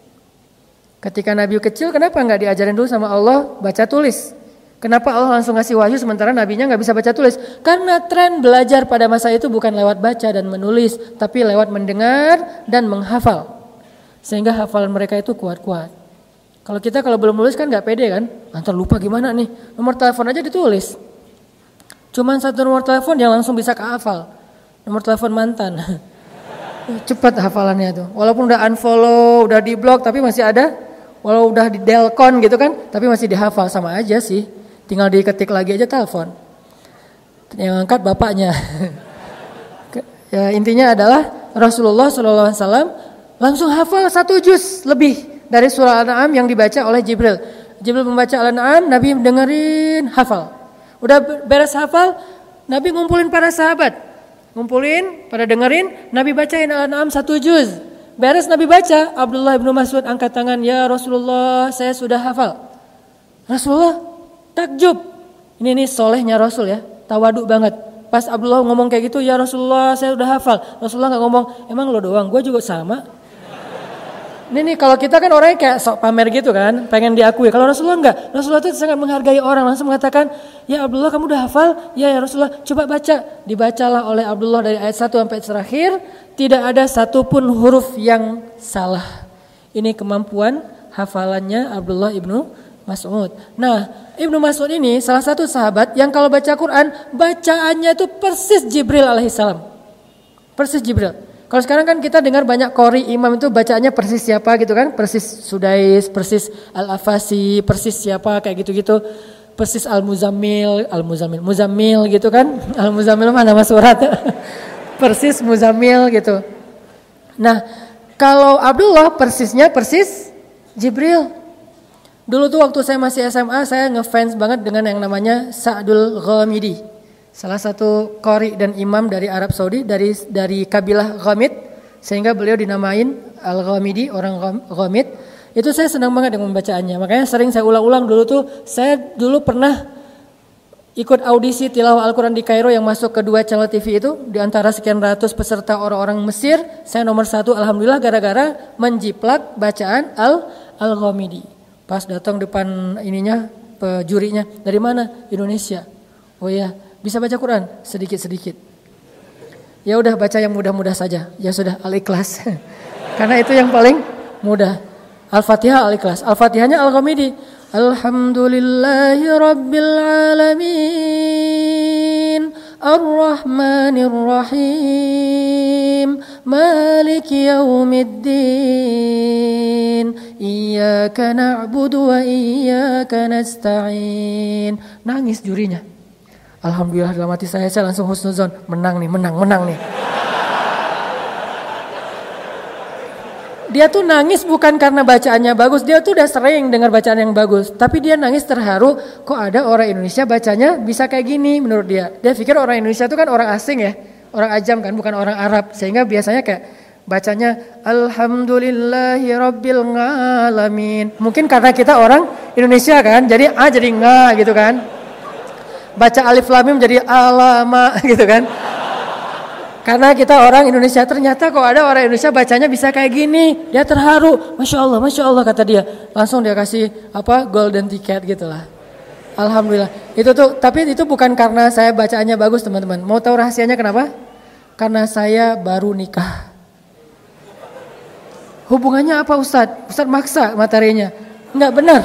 Ketika Nabi kecil, kenapa nggak diajarin dulu sama Allah baca tulis? Kenapa Allah langsung ngasih wahyu sementara nabinya nggak bisa baca tulis? Karena tren belajar pada masa itu bukan lewat baca dan menulis, tapi lewat mendengar dan menghafal. Sehingga hafalan mereka itu kuat-kuat. Kalau kita kalau belum nulis kan nggak pede kan? Nanti lupa gimana nih? Nomor telepon aja ditulis. Cuman satu nomor telepon yang langsung bisa kehafal. Nomor telepon mantan. Cepat hafalannya tuh. Walaupun udah unfollow, udah di blok, tapi masih ada. Walau udah di delcon gitu kan, tapi masih dihafal, sama aja sih. Tinggal diketik lagi aja telepon. Yang angkat bapaknya. Ya, intinya adalah Rasulullah shallallahu alaihi wasallam langsung hafal satu juz lebih dari surah Al-An'am yang dibaca oleh Jibril. Jibril membaca Al-An'am, Nabi dengerin, hafal. Udah beres hafal, Nabi ngumpulin para sahabat. Ngumpulin, pada dengerin, Nabi bacain Al-An'am satu juz. Beres Nabi baca, Abdullah bin Mas'ud angkat tangan, ya Rasulullah, saya sudah hafal. Rasulullah takjub. Ini nih solehnya Rasul ya, tawaduk banget. Pas Abdullah ngomong kayak gitu, ya Rasulullah, saya sudah hafal. Rasulullah nggak ngomong, emang lo doang, gue juga sama. Ini nih kalau kita kan orangnya kayak sok pamer gitu kan, pengen diakui. Kalau Rasulullah enggak, Rasulullah itu sangat menghargai orang, langsung mengatakan, ya Abdullah kamu udah hafal? Ya ya Rasulullah, coba baca. Dibacalah oleh Abdullah dari ayat satu sampai terakhir, tidak ada satupun huruf yang salah. Ini kemampuan hafalannya Abdullah ibnu Mas'ud. Nah, Ibnu Mas'ud ini salah satu sahabat yang kalau baca Quran, bacaannya itu persis Jibril alaihissalam. Persis Jibril. Kalau sekarang kan kita dengar banyak qori imam itu bacaannya persis siapa gitu kan, persis Sudais, persis Al-Afasi, persis siapa kayak gitu-gitu, persis Al-Muzammil, Al-Muzammil, Muzammil gitu kan, Al-Muzammil mah nama surat, persis Muzammil gitu. Nah, kalau Abdullah persisnya persis Jibril. Dulu tuh waktu saya masih S M A saya ngefans banget dengan yang namanya Sa'dul Ghamidi. Salah satu qori dan imam dari Arab Saudi, dari dari kabilah Ghamid, sehingga beliau dinamain Al-Ghamidi, orang Ghamid. Itu saya senang banget dengan membacaannya. Makanya sering saya ulang-ulang dulu tuh. Saya dulu pernah ikut audisi tilawah Al-Quran di Kairo yang masuk ke dua channel T V itu, di antara sekian ratus peserta orang-orang Mesir, saya nomor satu alhamdulillah gara-gara menjiplak bacaan Al Al-Ghamidi. Pas datang depan ininya, jurinya, dari mana? Indonesia. Oh iya, bisa baca Quran sedikit-sedikit. Ya udah baca yang mudah-mudah saja. Ya sudah, Al-Ikhlas. Karena itu yang paling mudah. Al-Fatihah, Al-Ikhlas. Al-Fatihahnya Al-Ghamidi. Alhamdulillahi Rabbil Alamin Ar-Rahmanir Rahim Maliki Yawmiddin Iyyaka na'budu wa iyyaka nasta'in. Nangis jurinya. Alhamdulillah dalam hati saya, saya langsung husnuzon. Menang nih, menang, menang nih. Dia tuh nangis bukan karena bacaannya bagus. Dia tuh udah sering dengar bacaan yang bagus. Tapi dia nangis terharu. Kok ada orang Indonesia bacanya bisa kayak gini menurut dia. Dia pikir orang Indonesia itu kan orang asing ya. Orang ajam kan, bukan orang Arab. Sehingga biasanya kayak bacanya Alhamdulillahi Rabbil Alamin. Mungkin karena kita orang Indonesia kan. Jadi A jadi nga gitu kan. Baca alif lam mim jadi alama gitu kan. Karena kita orang Indonesia, ternyata kok ada orang Indonesia bacanya bisa kayak gini. Dia terharu, Masya Allah, Masya Allah kata dia. Langsung dia kasih apa golden ticket gitulah. Alhamdulillah. Itu tuh, tapi itu bukan karena saya bacaannya bagus teman-teman. Mau tahu rahasianya kenapa? Karena saya baru nikah. Hubungannya apa Ustadz? Ustadz maksa materinya. Enggak benar.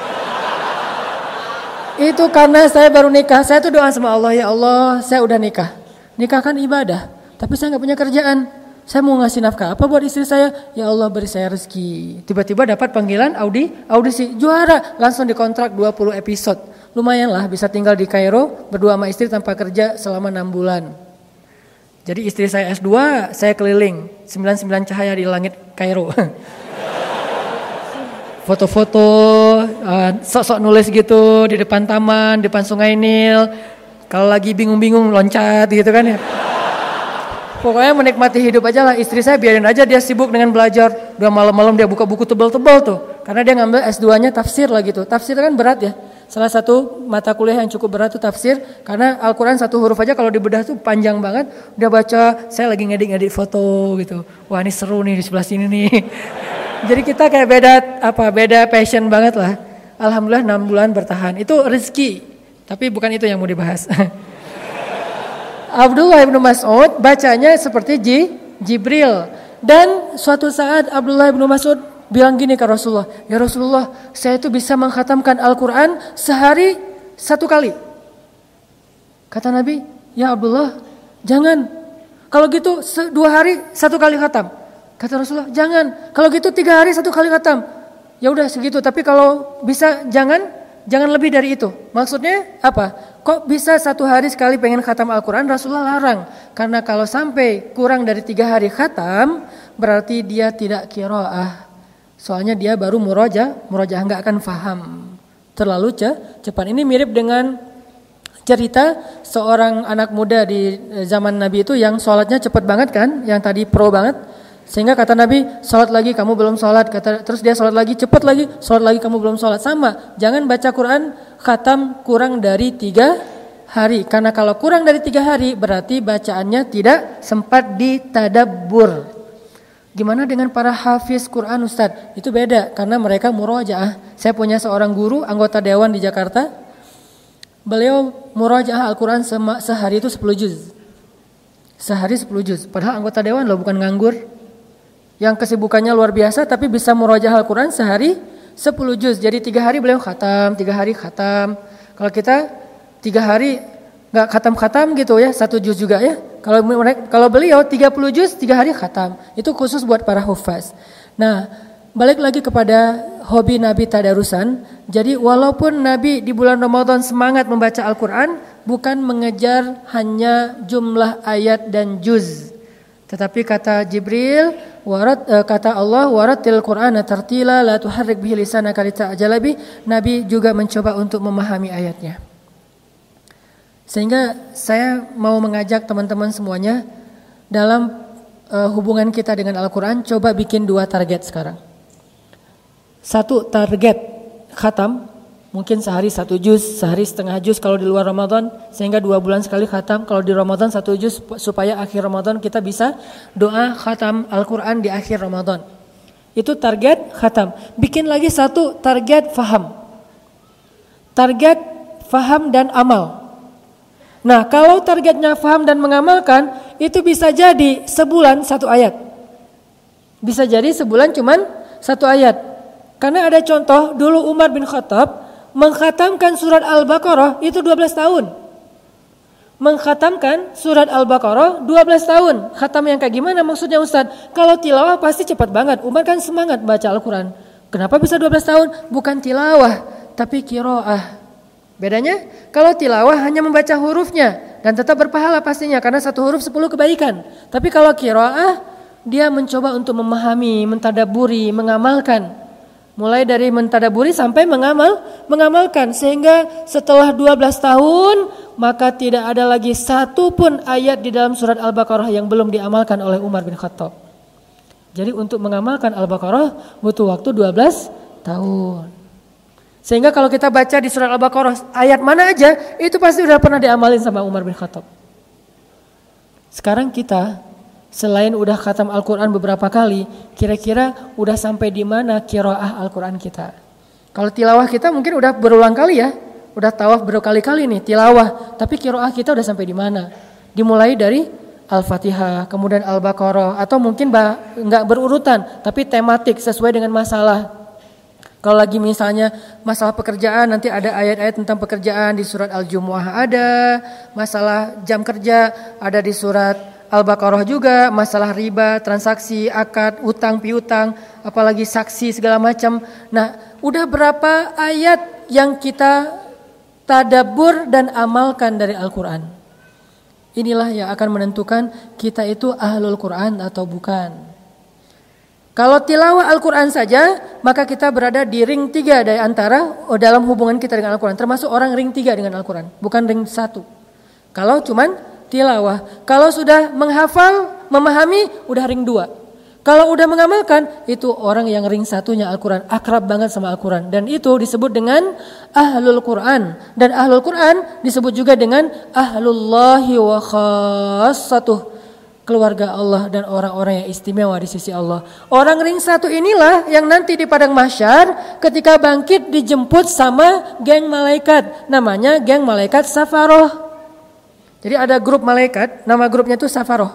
Itu karena saya baru nikah. Saya tuh doa sama Allah, ya Allah, saya udah nikah. Nikah kan ibadah. Tapi saya gak punya kerjaan. Saya mau ngasih nafkah apa buat istri saya? Ya Allah beri saya rezeki. Tiba-tiba dapat panggilan audi, audisi. Juara. Langsung dikontrak dua puluh episode. Lumayan lah bisa tinggal di Kairo. Berdua sama istri tanpa kerja selama enam bulan. Jadi istri saya S dua, saya keliling. sembilan puluh sembilan cahaya di langit Kairo. Foto-foto. Uh, sok-sok nulis gitu. Di depan taman, depan sungai Nil. Kalau lagi bingung-bingung loncat gitu kan ya. Pokoknya menikmati hidup aja lah. Istri saya biarin aja dia sibuk dengan belajar. Udah malam-malam dia buka buku tebal-tebal tuh. Karena dia ngambil S dua-nya tafsir lah gitu. Tafsir kan berat ya. Salah satu mata kuliah yang cukup berat tuh tafsir. Karena Al-Quran satu huruf aja kalau dibedah tuh panjang banget. Udah baca, saya lagi ngedit-ngedit foto gitu. Wah ini seru nih di sebelah sini nih. Jadi kita kayak beda apa beda passion banget lah. Alhamdulillah enam bulan bertahan. Itu rezeki. Tapi bukan itu yang mau dibahas. Abdullah bin Mas'ud bacanya seperti J, Jibril. Dan suatu saat Abdullah bin Mas'ud bilang gini ke Rasulullah. Ya Rasulullah, saya itu bisa mengkhatamkan Al-Quran sehari satu kali. Kata Nabi, ya Abdullah, jangan. Kalau gitu dua hari satu kali khatam. Kata Rasulullah, jangan. Kalau gitu tiga hari satu kali khatam. Ya udah segitu. Tapi kalau bisa jangan. Jangan lebih dari itu. Maksudnya apa? Kok bisa satu hari sekali pengen khatam Al-Quran? Rasulullah larang. Karena kalau sampai kurang dari tiga hari khatam, berarti dia tidak qiraah. Soalnya dia baru muraja, muraja nggak akan faham. Terlalu cepat. Ini mirip dengan cerita seorang anak muda di zaman Nabi itu yang sholatnya cepat banget kan? Yang tadi pro banget. Sehingga kata Nabi, sholat lagi kamu belum sholat. Kata, terus dia sholat lagi, cepat lagi, sholat lagi kamu belum sholat. Sama, jangan baca Quran khatam kurang dari tiga hari. Karena kalau kurang dari tiga hari, berarti bacaannya tidak sempat ditadabbur. Gimana dengan para hafiz Quran Ustadz? Itu beda, karena mereka murajaah. Saya punya seorang guru, anggota dewan di Jakarta. Beliau murajaah Al-Quran sehari itu sepuluh juz. Sehari sepuluh juz. Padahal anggota dewan loh, bukan nganggur. Yang kesibukannya luar biasa tapi bisa murajaah Al-Quran sehari sepuluh juz. Jadi tiga hari beliau khatam, tiga hari khatam. Kalau kita tiga hari gak khatam-khatam gitu ya, satu juz juga ya. Kalau kalau beliau tiga puluh juz, tiga hari khatam. Itu khusus buat para hufaz. Nah, balik lagi kepada hobi Nabi tadarusan. Jadi walaupun Nabi di bulan Ramadan semangat membaca Al-Quran, bukan mengejar hanya jumlah ayat dan juz. Tetapi kata Jibril, warat, uh, kata Allah, waratil Qur'ana tartila la tuharrik bihi lisanaka lita'jala bih. Nabi juga mencoba untuk memahami ayatnya. Sehingga saya mau mengajak teman-teman semuanya dalam uh, hubungan kita dengan Al-Quran, coba bikin dua target sekarang. Satu target khatam, Mungkin sehari satu juz, sehari setengah juz kalau di luar Ramadan, sehingga dua bulan sekali khatam. Kalau di Ramadan satu juz supaya akhir Ramadan kita bisa doa khatam Al-Quran di akhir Ramadan. Itu target khatam. Bikin lagi satu target faham. Target faham dan amal. Nah, kalau targetnya faham dan mengamalkan, itu bisa jadi sebulan satu ayat. Bisa jadi sebulan cuman satu ayat. Karena ada contoh dulu Umar bin Khattab mengkhatamkan surat Al-Baqarah itu dua belas tahun. Mengkhatamkan surat Al-Baqarah dua belas tahun. Khatam yang kayak gimana maksudnya Ustaz? Kalau tilawah pasti cepat banget. Umar kan semangat baca Al-Quran. Kenapa bisa dua belas tahun? Bukan tilawah, tapi qiraah. Bedanya kalau tilawah hanya membaca hurufnya dan tetap berpahala pastinya karena satu huruf sepuluh kebaikan. Tapi kalau qiraah dia mencoba untuk memahami, mentadaburi, mengamalkan. Mulai dari mentadaburi sampai mengamal, mengamalkan. Sehingga setelah dua belas tahun, maka tidak ada lagi satu pun ayat di dalam surat Al-Baqarah yang belum diamalkan oleh Umar bin Khattab. Jadi untuk mengamalkan Al-Baqarah butuh waktu dua belas tahun. Sehingga kalau kita baca di surat Al-Baqarah ayat mana aja, itu pasti sudah pernah diamalin sama Umar bin Khattab. Sekarang kita selain udah khatam Al-Quran beberapa kali, kira-kira udah sampai di mana qiraah Al-Quran kita? Kalau tilawah kita mungkin udah berulang kali ya, udah tawaf berkali-kali nih tilawah, tapi qiraah kita udah sampai di mana? Dimulai dari Al-Fatihah, kemudian Al-Baqarah, atau mungkin bah, nggak berurutan, tapi tematik sesuai dengan masalah. Kalau lagi misalnya masalah pekerjaan, nanti ada ayat-ayat tentang pekerjaan di surat Al-Jumu'ah ada, masalah jam kerja ada di surat Al-Baqarah juga, masalah riba, transaksi, akad, utang, piutang, apalagi saksi segala macam. Nah, udah berapa ayat yang kita tadabbur dan amalkan dari Al-Quran? Inilah yang akan menentukan kita itu ahlul Quran atau bukan. Kalau tilawah Al-Quran saja, maka kita berada di ring tiga dari antara oh, dalam hubungan kita dengan Al-Quran. Termasuk orang ring tiga dengan Al-Quran, bukan ring satu. Kalau cuman tilawah. Kalau sudah menghafal, memahami, udah ring dua. Kalau udah mengamalkan, itu orang yang ring satunya Al-Quran. Akrab banget sama Al-Quran. Dan itu disebut dengan Ahlul Quran. Dan Ahlul Quran disebut juga dengan Ahlullahi wa khassatuh. Keluarga Allah dan orang-orang yang istimewa di sisi Allah. Orang ring satu inilah yang nanti di padang mahsyar ketika bangkit dijemput sama geng malaikat. Namanya geng malaikat Safaroh. Jadi ada grup malaikat, nama grupnya itu Safaroh.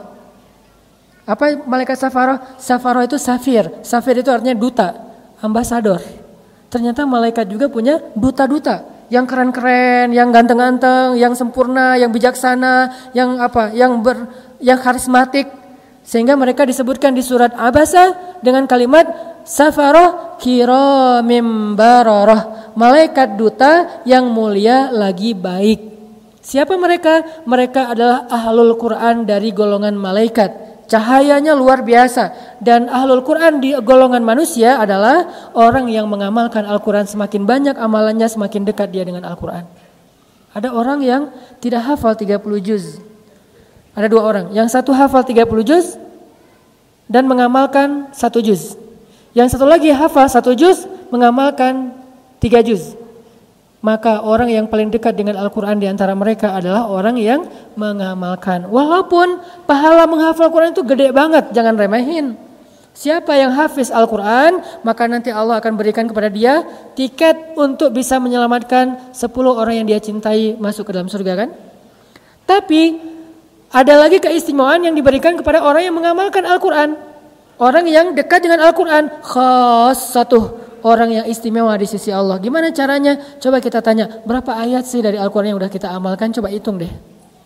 Apa malaikat Safaroh? Safaroh itu safir. Safir itu artinya duta, ambasador. Ternyata malaikat juga punya duta-duta yang keren-keren, yang ganteng-ganteng, yang sempurna, yang bijaksana, yang apa? Yang ber, yang karismatik. Sehingga mereka disebutkan di surat Abasa dengan kalimat Safaroh kiramim bararah. Malaikat duta yang mulia lagi baik. Siapa mereka? Mereka adalah ahlul Quran dari golongan malaikat. Cahayanya luar biasa. Dan ahlul Quran di golongan manusia adalah orang yang mengamalkan Al-Quran. Semakin banyak amalannya, semakin dekat dia dengan Al-Quran. Ada orang yang tidak hafal tiga puluh juz. Ada dua orang. Yang satu hafal tiga puluh juz dan mengamalkan satu juz. Yang satu lagi hafal satu juz, mengamalkan tiga juz. Maka orang yang paling dekat dengan Al-Quran di antara mereka adalah orang yang mengamalkan. Walaupun pahala menghafal Al-Quran itu gede banget, jangan remehin. Siapa yang hafiz Al-Quran, maka nanti Allah akan berikan kepada dia tiket untuk bisa menyelamatkan sepuluh orang yang dia cintai masuk ke dalam surga kan. Tapi ada lagi keistimewaan yang diberikan kepada orang yang mengamalkan Al-Quran. Orang yang dekat dengan Al-Quran, khassatuh. Orang yang istimewa di sisi Allah. Gimana caranya? Coba kita tanya, berapa ayat sih dari Al-Quran yang udah kita amalkan? Coba hitung deh.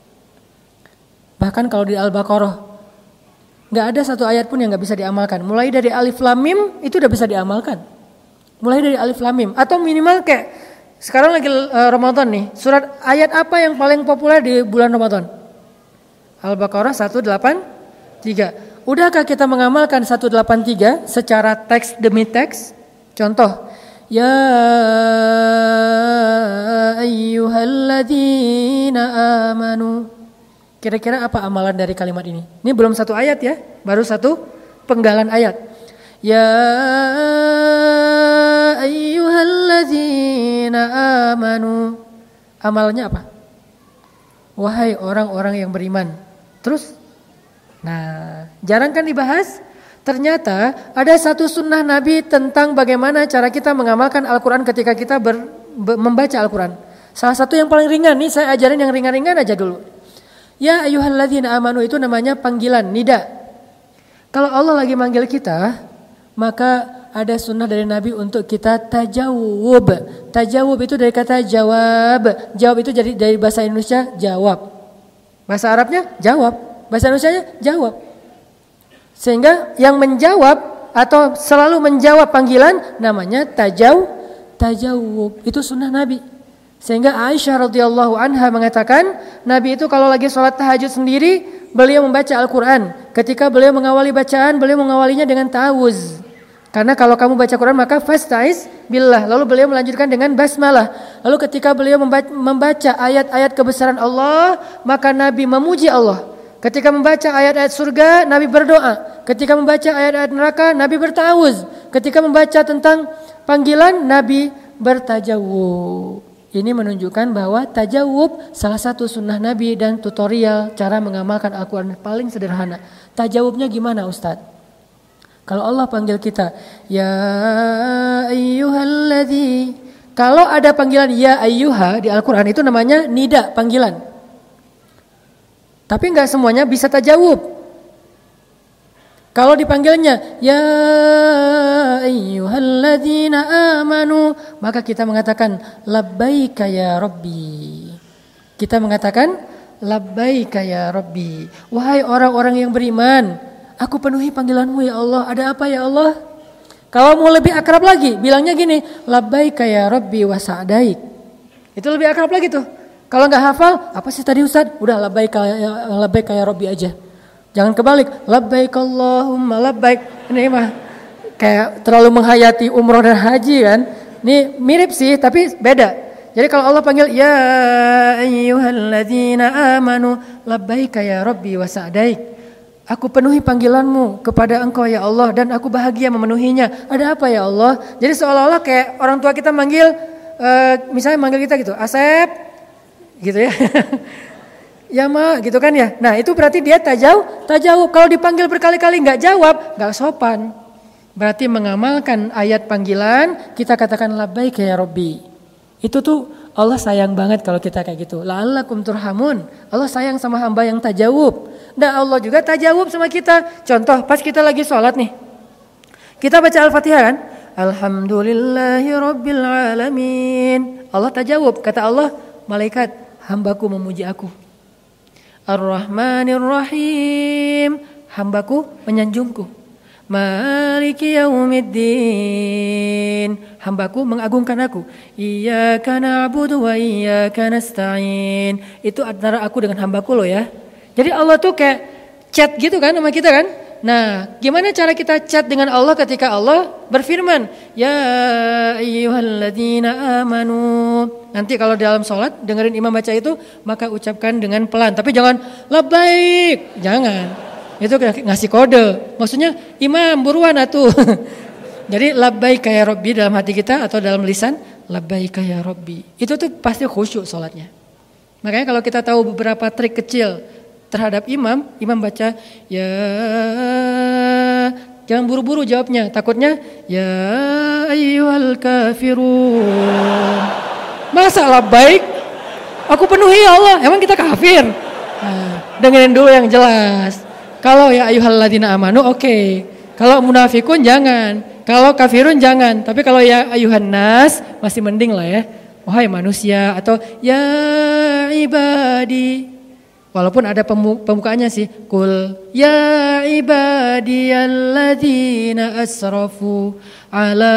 Bahkan kalau di Al-Baqarah, gak ada satu ayat pun yang gak bisa diamalkan. Mulai dari Alif Lam Mim, itu udah bisa diamalkan. Mulai dari Alif Lam Mim. Atau minimal kayak, sekarang lagi uh, Ramadan nih. Surat ayat apa yang paling populer di bulan Ramadan? Al-Baqarah seratus delapan puluh tiga. Udahkah kita mengamalkan seratus delapan puluh tiga secara teks demi teks? Contoh, ya ayyuhalladzina amanu. Kira-kira apa amalan dari kalimat ini? Ini belum satu ayat ya, baru satu penggalan ayat. Ya ayyuhalladzina amanu. Amalnya apa? Wahai orang-orang yang beriman. Terus? Nah, jarang kan dibahas? Ternyata ada satu sunnah Nabi tentang bagaimana cara kita mengamalkan Al-Quran ketika kita ber, ber, membaca Al-Quran. Salah satu yang paling ringan nih, saya ajarin yang ringan-ringan aja dulu. Ya ayyuhalladzina amanu itu namanya panggilan, nida. Kalau Allah lagi manggil kita, maka ada sunnah dari Nabi untuk kita tajawub. Tajawub itu dari kata jawab. Jawab itu jadi dari bahasa Indonesia jawab. Bahasa Arabnya jawab. Bahasa Indonesianya jawab. Sehingga yang menjawab atau selalu menjawab panggilan namanya tajaw, tajawub. Itu sunnah Nabi. Sehingga Aisyah radhiyallahu anha mengatakan, Nabi itu kalau lagi sholat tahajud sendiri, beliau membaca Al-Quran. Ketika beliau mengawali bacaan, beliau mengawalinya dengan ta'awuz. Karena kalau kamu baca Quran maka fastaiz billah. Lalu beliau melanjutkan dengan basmalah. Lalu ketika beliau membaca ayat-ayat kebesaran Allah, maka Nabi memuji Allah. Ketika membaca ayat-ayat surga, Nabi berdoa. Ketika membaca ayat-ayat neraka, Nabi berta'awuz. Ketika membaca tentang panggilan, Nabi bertajawub. Ini menunjukkan bahwa tajawub salah satu sunnah Nabi dan tutorial cara mengamalkan Al-Quran paling sederhana. Tajawubnya gimana Ustadz? Kalau Allah panggil kita, ya ayyuhalladzi. Kalau ada panggilan ya ayyuha di Al-Quran itu namanya nida, panggilan. Tapi enggak semuanya bisa tajawub. Kalau dipanggilnya ya ayyuhalladzina amanu, maka kita mengatakan labbaika ya rabbi. Kita mengatakan labbaika ya rabbi. Wahai orang-orang yang beriman, aku penuhi panggilanmu ya Allah. Ada apa ya Allah? Kalau mau lebih akrab lagi, bilangnya gini, labbaika ya rabbi wa sa'daik. Itu lebih akrab lagi tuh. Kalau enggak hafal, apa sih tadi Ustaz? Udah labbaika ya, labbaika ya rabbi aja. Jangan kebalik, labbaik Allahumma labbaik. Ini mah kayak terlalu menghayati umroh dan haji kan. Ini mirip sih tapi beda. Jadi kalau Allah panggil ya ayyuhalladzina amanu labbaika ya rabbi wa sa'daik. Aku penuhi panggilanmu kepada engkau ya Allah dan aku bahagia memenuhinya. Ada apa ya Allah? Jadi seolah-olah kayak orang tua kita manggil, uh, misalnya manggil kita gitu, Asep, gitu ya. Ya ma, gitu kan ya. Nah itu berarti dia tajawub, tajawub. Kalau dipanggil berkali-kali nggak jawab, nggak sopan. Berarti mengamalkan ayat panggilan, kita katakan labbaik ya Rabbi. Itu tuh Allah sayang banget kalau kita kayak gitu. La'allakum turhamun. Allah sayang sama hamba yang tajawub. Dan Allah juga tajawub sama kita. Contoh pas kita lagi sholat nih. Kita baca Al-Fatihah kan. Alhamdulillahi Rabbil Alamin. Allah tajawub. Kata Allah, malaikat hambaku memuji aku. Ar-Rahmanir Rahim. Hambaku menyanjungku. Maliki yaumiddin. Hambaku mengagungkan aku. Iyyaka na'budu wa iyyaka nasta'in. Itu antara aku dengan hambaku loh ya. Jadi Allah tuh kayak chat gitu kan sama kita kan. Nah gimana cara kita chat dengan Allah ketika Allah berfirman. Ya ayyuhalladzina amanu. Nanti kalau dalam sholat dengerin imam baca itu, maka ucapkan dengan pelan. Tapi jangan labbaik. Jangan. Itu ngasih kode. Maksudnya imam buruan atuh. Jadi labbaik ya Rabbi dalam hati kita atau dalam lisan labbaik ya Rabbi. Itu tuh pasti khusyuk sholatnya. Makanya kalau kita tahu beberapa trik kecil terhadap imam, imam baca ya, jangan buru-buru jawabnya. Takutnya ya ayyuhal kafirun. Masa labbaik? Aku penuhi ya Allah. Emang kita kafir? Nah, dengerin dulu yang jelas. Kalau ya ayyuhalladzina amanu oke. Okay. Kalau munafikun jangan. Kalau kafirun jangan. Tapi kalau ya ayyuhan nas masih mending lah ya. Wahai manusia atau ya ibadi. Walaupun ada pembukaannya sih. Kul ya ibadiyalladzina asrafu ala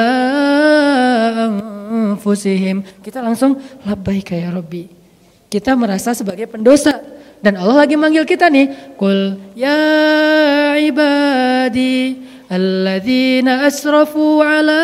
anfusihim. Kita langsung labbaika ya Rabbi. Kita merasa sebagai pendosa. Dan Allah lagi manggil kita nih. Kul ya ibadi alladzina asrafu ala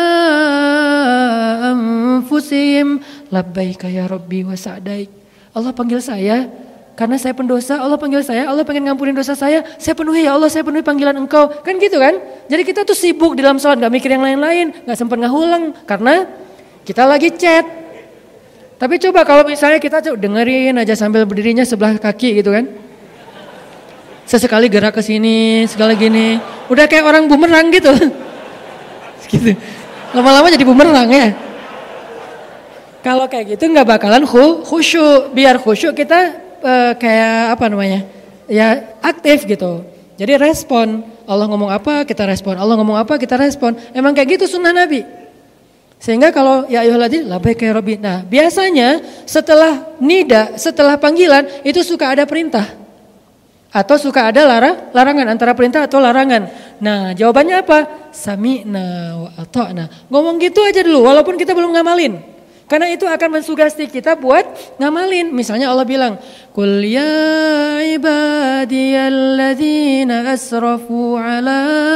anfusihim labbaika ya Rabbi wa sa'daik. Allah panggil saya. Karena saya pendosa, Allah panggil saya, Allah pengen ngampunin dosa saya, saya penuhi ya Allah, saya penuhi panggilan engkau. Kan gitu kan? Jadi kita tuh sibuk di dalam sholat, gak mikir yang lain-lain, gak sempat ngahulang. Karena kita lagi chat. Tapi coba kalau misalnya kita dengerin aja sambil berdirinya sebelah kaki gitu kan. Sesekali gerak ke sini, sekali gini. Udah kayak orang bumerang gitu. Gitu. Lama-lama jadi bumerang ya. Kalau kayak gitu gak bakalan khusyuk. Biar khusyuk kita Uh, kayak apa namanya ya aktif gitu. Jadi respon, Allah ngomong apa kita respon, Allah ngomong apa kita respon. Emang kayak gitu sunnah Nabi. Sehingga kalau ya ayyuhalladzina labbaika ya rabbi. Nah biasanya setelah nida, setelah panggilan itu suka ada perintah atau suka ada lara, larangan, antara perintah atau larangan. Nah jawabannya apa? Sami'na wa ata'na. Ngomong gitu aja dulu walaupun kita belum ngamalin. Karena itu akan mensugesti kita buat ngamalin. Misalnya Allah bilang, "Qul ya ibadiyalladzina asrafu ala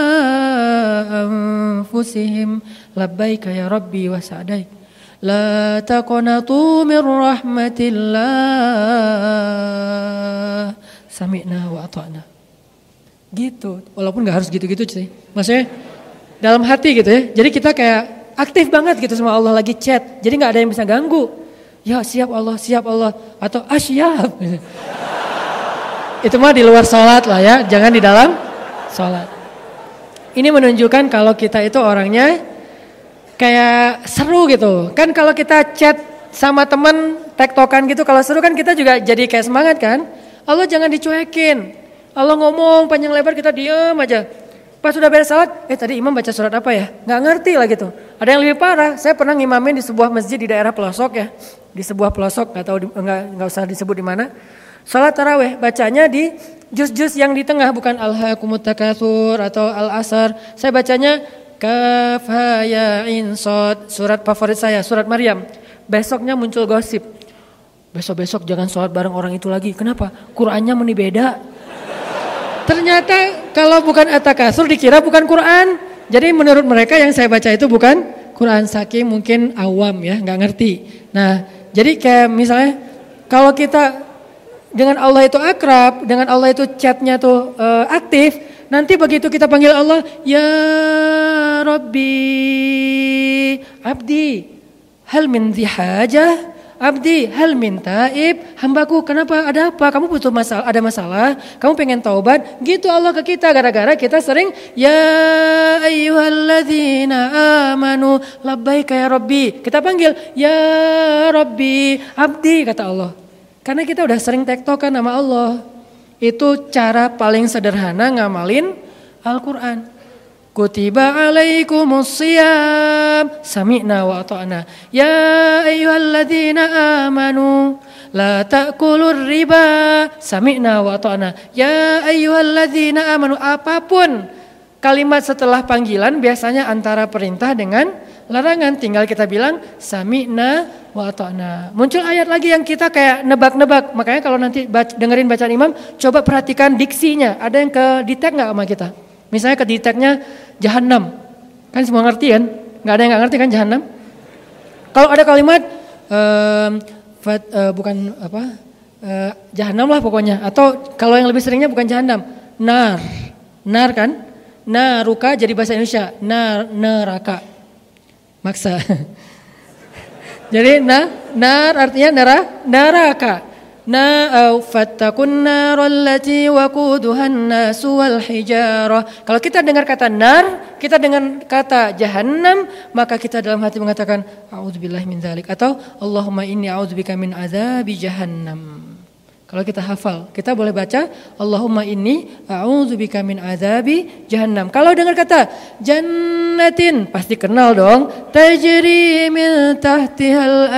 anfusihim labbaika ya rabbi wa sa'daik. La taqnatu min rahmatillah. Sami'na wa ata'na." Gitu. Walaupun gak harus gitu-gitu sih. Maksudnya dalam hati gitu ya. Jadi kita kayak aktif banget gitu sama Allah lagi chat. Jadi gak ada yang bisa ganggu. Ya siap Allah, siap Allah. Atau ah siap. Itu mah di luar sholat lah ya. Jangan di dalam sholat. Ini menunjukkan kalau kita itu orangnya kayak seru gitu. Kan kalau kita chat sama teman tektokan gitu. Kalau seru kan kita juga jadi kayak semangat kan. Allah jangan dicuekin. Allah ngomong panjang lebar kita diem aja. Pas sudah beres salat, eh tadi imam baca surat apa ya? Nggak ngerti lah gitu. Ada yang lebih parah, saya pernah ngimamin di sebuah masjid di daerah pelosok ya. Di sebuah pelosok, nggak tahu, di, nggak, nggak usah disebut di mana. Salat taraweh, bacanya di juz-juz yang di tengah, bukan Alhaakumut Takatsur atau Al-Asr. Saya bacanya Kaf Ha Ya Ain Shad, surat favorit saya, surat Maryam. Besoknya muncul gosip. Besok-besok jangan sholat bareng orang itu lagi. Kenapa? Qur'annya meni beda. Ternyata kalau bukan At-Takatsur dikira bukan Quran. Jadi menurut mereka yang saya baca itu bukan Quran, saking mungkin awam ya, nggak ngerti. Nah, jadi kayak misalnya kalau kita dengan Allah itu akrab, dengan Allah itu chatnya tuh uh, aktif, nanti begitu kita panggil Allah, ya Rabbi, Abdi, hal min dhihajah. Abdi hal min taib, hambaku kenapa ada apa? Kamu butuh masalah, ada masalah? Kamu pengen taubat? Gitu Allah ke kita gara-gara kita sering ya ayyuhalladzina amanu labbaika ya rabbi. Kita panggil ya rabbi, abdi kata Allah. Karena kita udah sering tektokan nama Allah. Itu cara paling sederhana ngamalin Al-Qur'an. Kutiba alaikumus shiyam sami'na wa ata'na ya ayyuhalladzina amanu la ta'kulur riba sami'na wa ata'na ya ayyuhalladzina amanu. Apapun kalimat setelah panggilan biasanya antara perintah dengan larangan, tinggal kita bilang sami'na wa ata'na. Muncul ayat lagi yang kita kayak nebak-nebak. Makanya kalau nanti baca, dengerin bacaan imam, coba perhatikan diksinya. Ada yang ke detect enggak sama kita? Misalnya ke detect-nya Jahannam, kan semua ngerti kan? Nggak ada yang nggak ngerti kan Jahannam? Kalau ada kalimat um, fat, uh, bukan apa uh, Jahannam lah pokoknya, atau kalau yang lebih seringnya bukan Jahannam, nar, nar kan? Naruka jadi bahasa Indonesia, nar, neraka, maksa. Jadi na, nar artinya nera, neraka. Na fattaqun narallati waquduhan nasu wal hijarah. Kalau kita dengar kata nar, kita dengan kata jahannam, maka kita dalam hati mengatakan a'udzubillahi min dzalik atau Allahumma inni a'udzubika min adzabi jahannam. Kalau kita hafal, kita boleh baca Allahumma inni a'udzubika min adzabi jahannam. Kalau dengar kata jannatin, pasti kenal dong. Tajri min tahtihal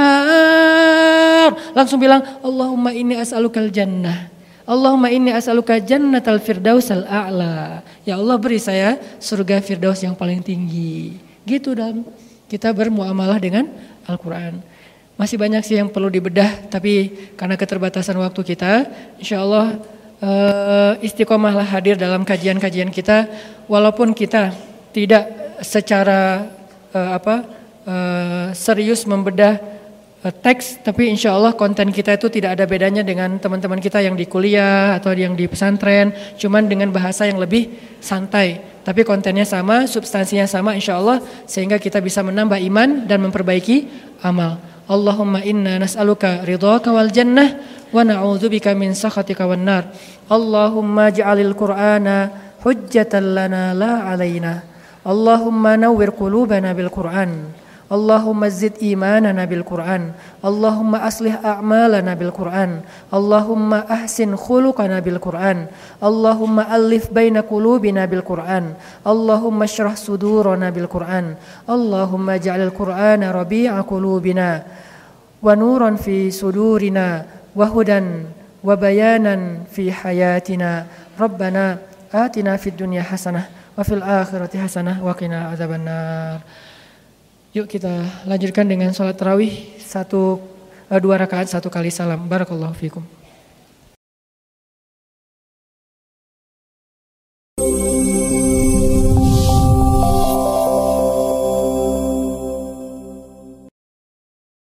anhar. Langsung bilang Allahumma inni as'alukal jannah. Allahumma inni as'aluka jannatal firdausal a'la. Ya Allah beri saya surga firdaus yang paling tinggi. Gitu dalam kita bermuamalah dengan Al-Quran. Masih banyak sih yang perlu dibedah, tapi karena keterbatasan waktu kita, insya Allah uh, istiqomahlah hadir dalam kajian-kajian kita, walaupun kita tidak secara uh, apa uh, serius membedah uh, teks, tapi insya Allah konten kita itu tidak ada bedanya dengan teman-teman kita yang di kuliah atau yang di pesantren, cuman dengan bahasa yang lebih santai. Tapi kontennya sama, substansinya sama insya Allah, sehingga kita bisa menambah iman dan memperbaiki amal. Allahumma inna nas'aluka ridhaka wal jannah wa na'udzubika min sakhatika wan nar. Allahumma ja'alil Qur'ana hujjatan lana la 'alaina. Allahumma nawwir qulubana bil Qur'an. Allahumma zid imanana bil Qur'an. Allahumma aslih a'malana bil Qur'an. Allahumma ahsin khuluqana bil Qur'an. Allahumma alif baina qulubina bil Qur'an. Allahumma shrah sudurana bil Qur'an. Allahumma ja'alil Qur'ana rabi'a qulubina wa nuran fi sudurina wa hudan wa bayanan fi hayatina. Rabbana atina fid dunya hasanah wa fil akhirati hasanah wa qina adzabannar. Yuk kita lanjutkan dengan sholat tarawih satu dua rakaat satu kali salam. Barakallahu fikum.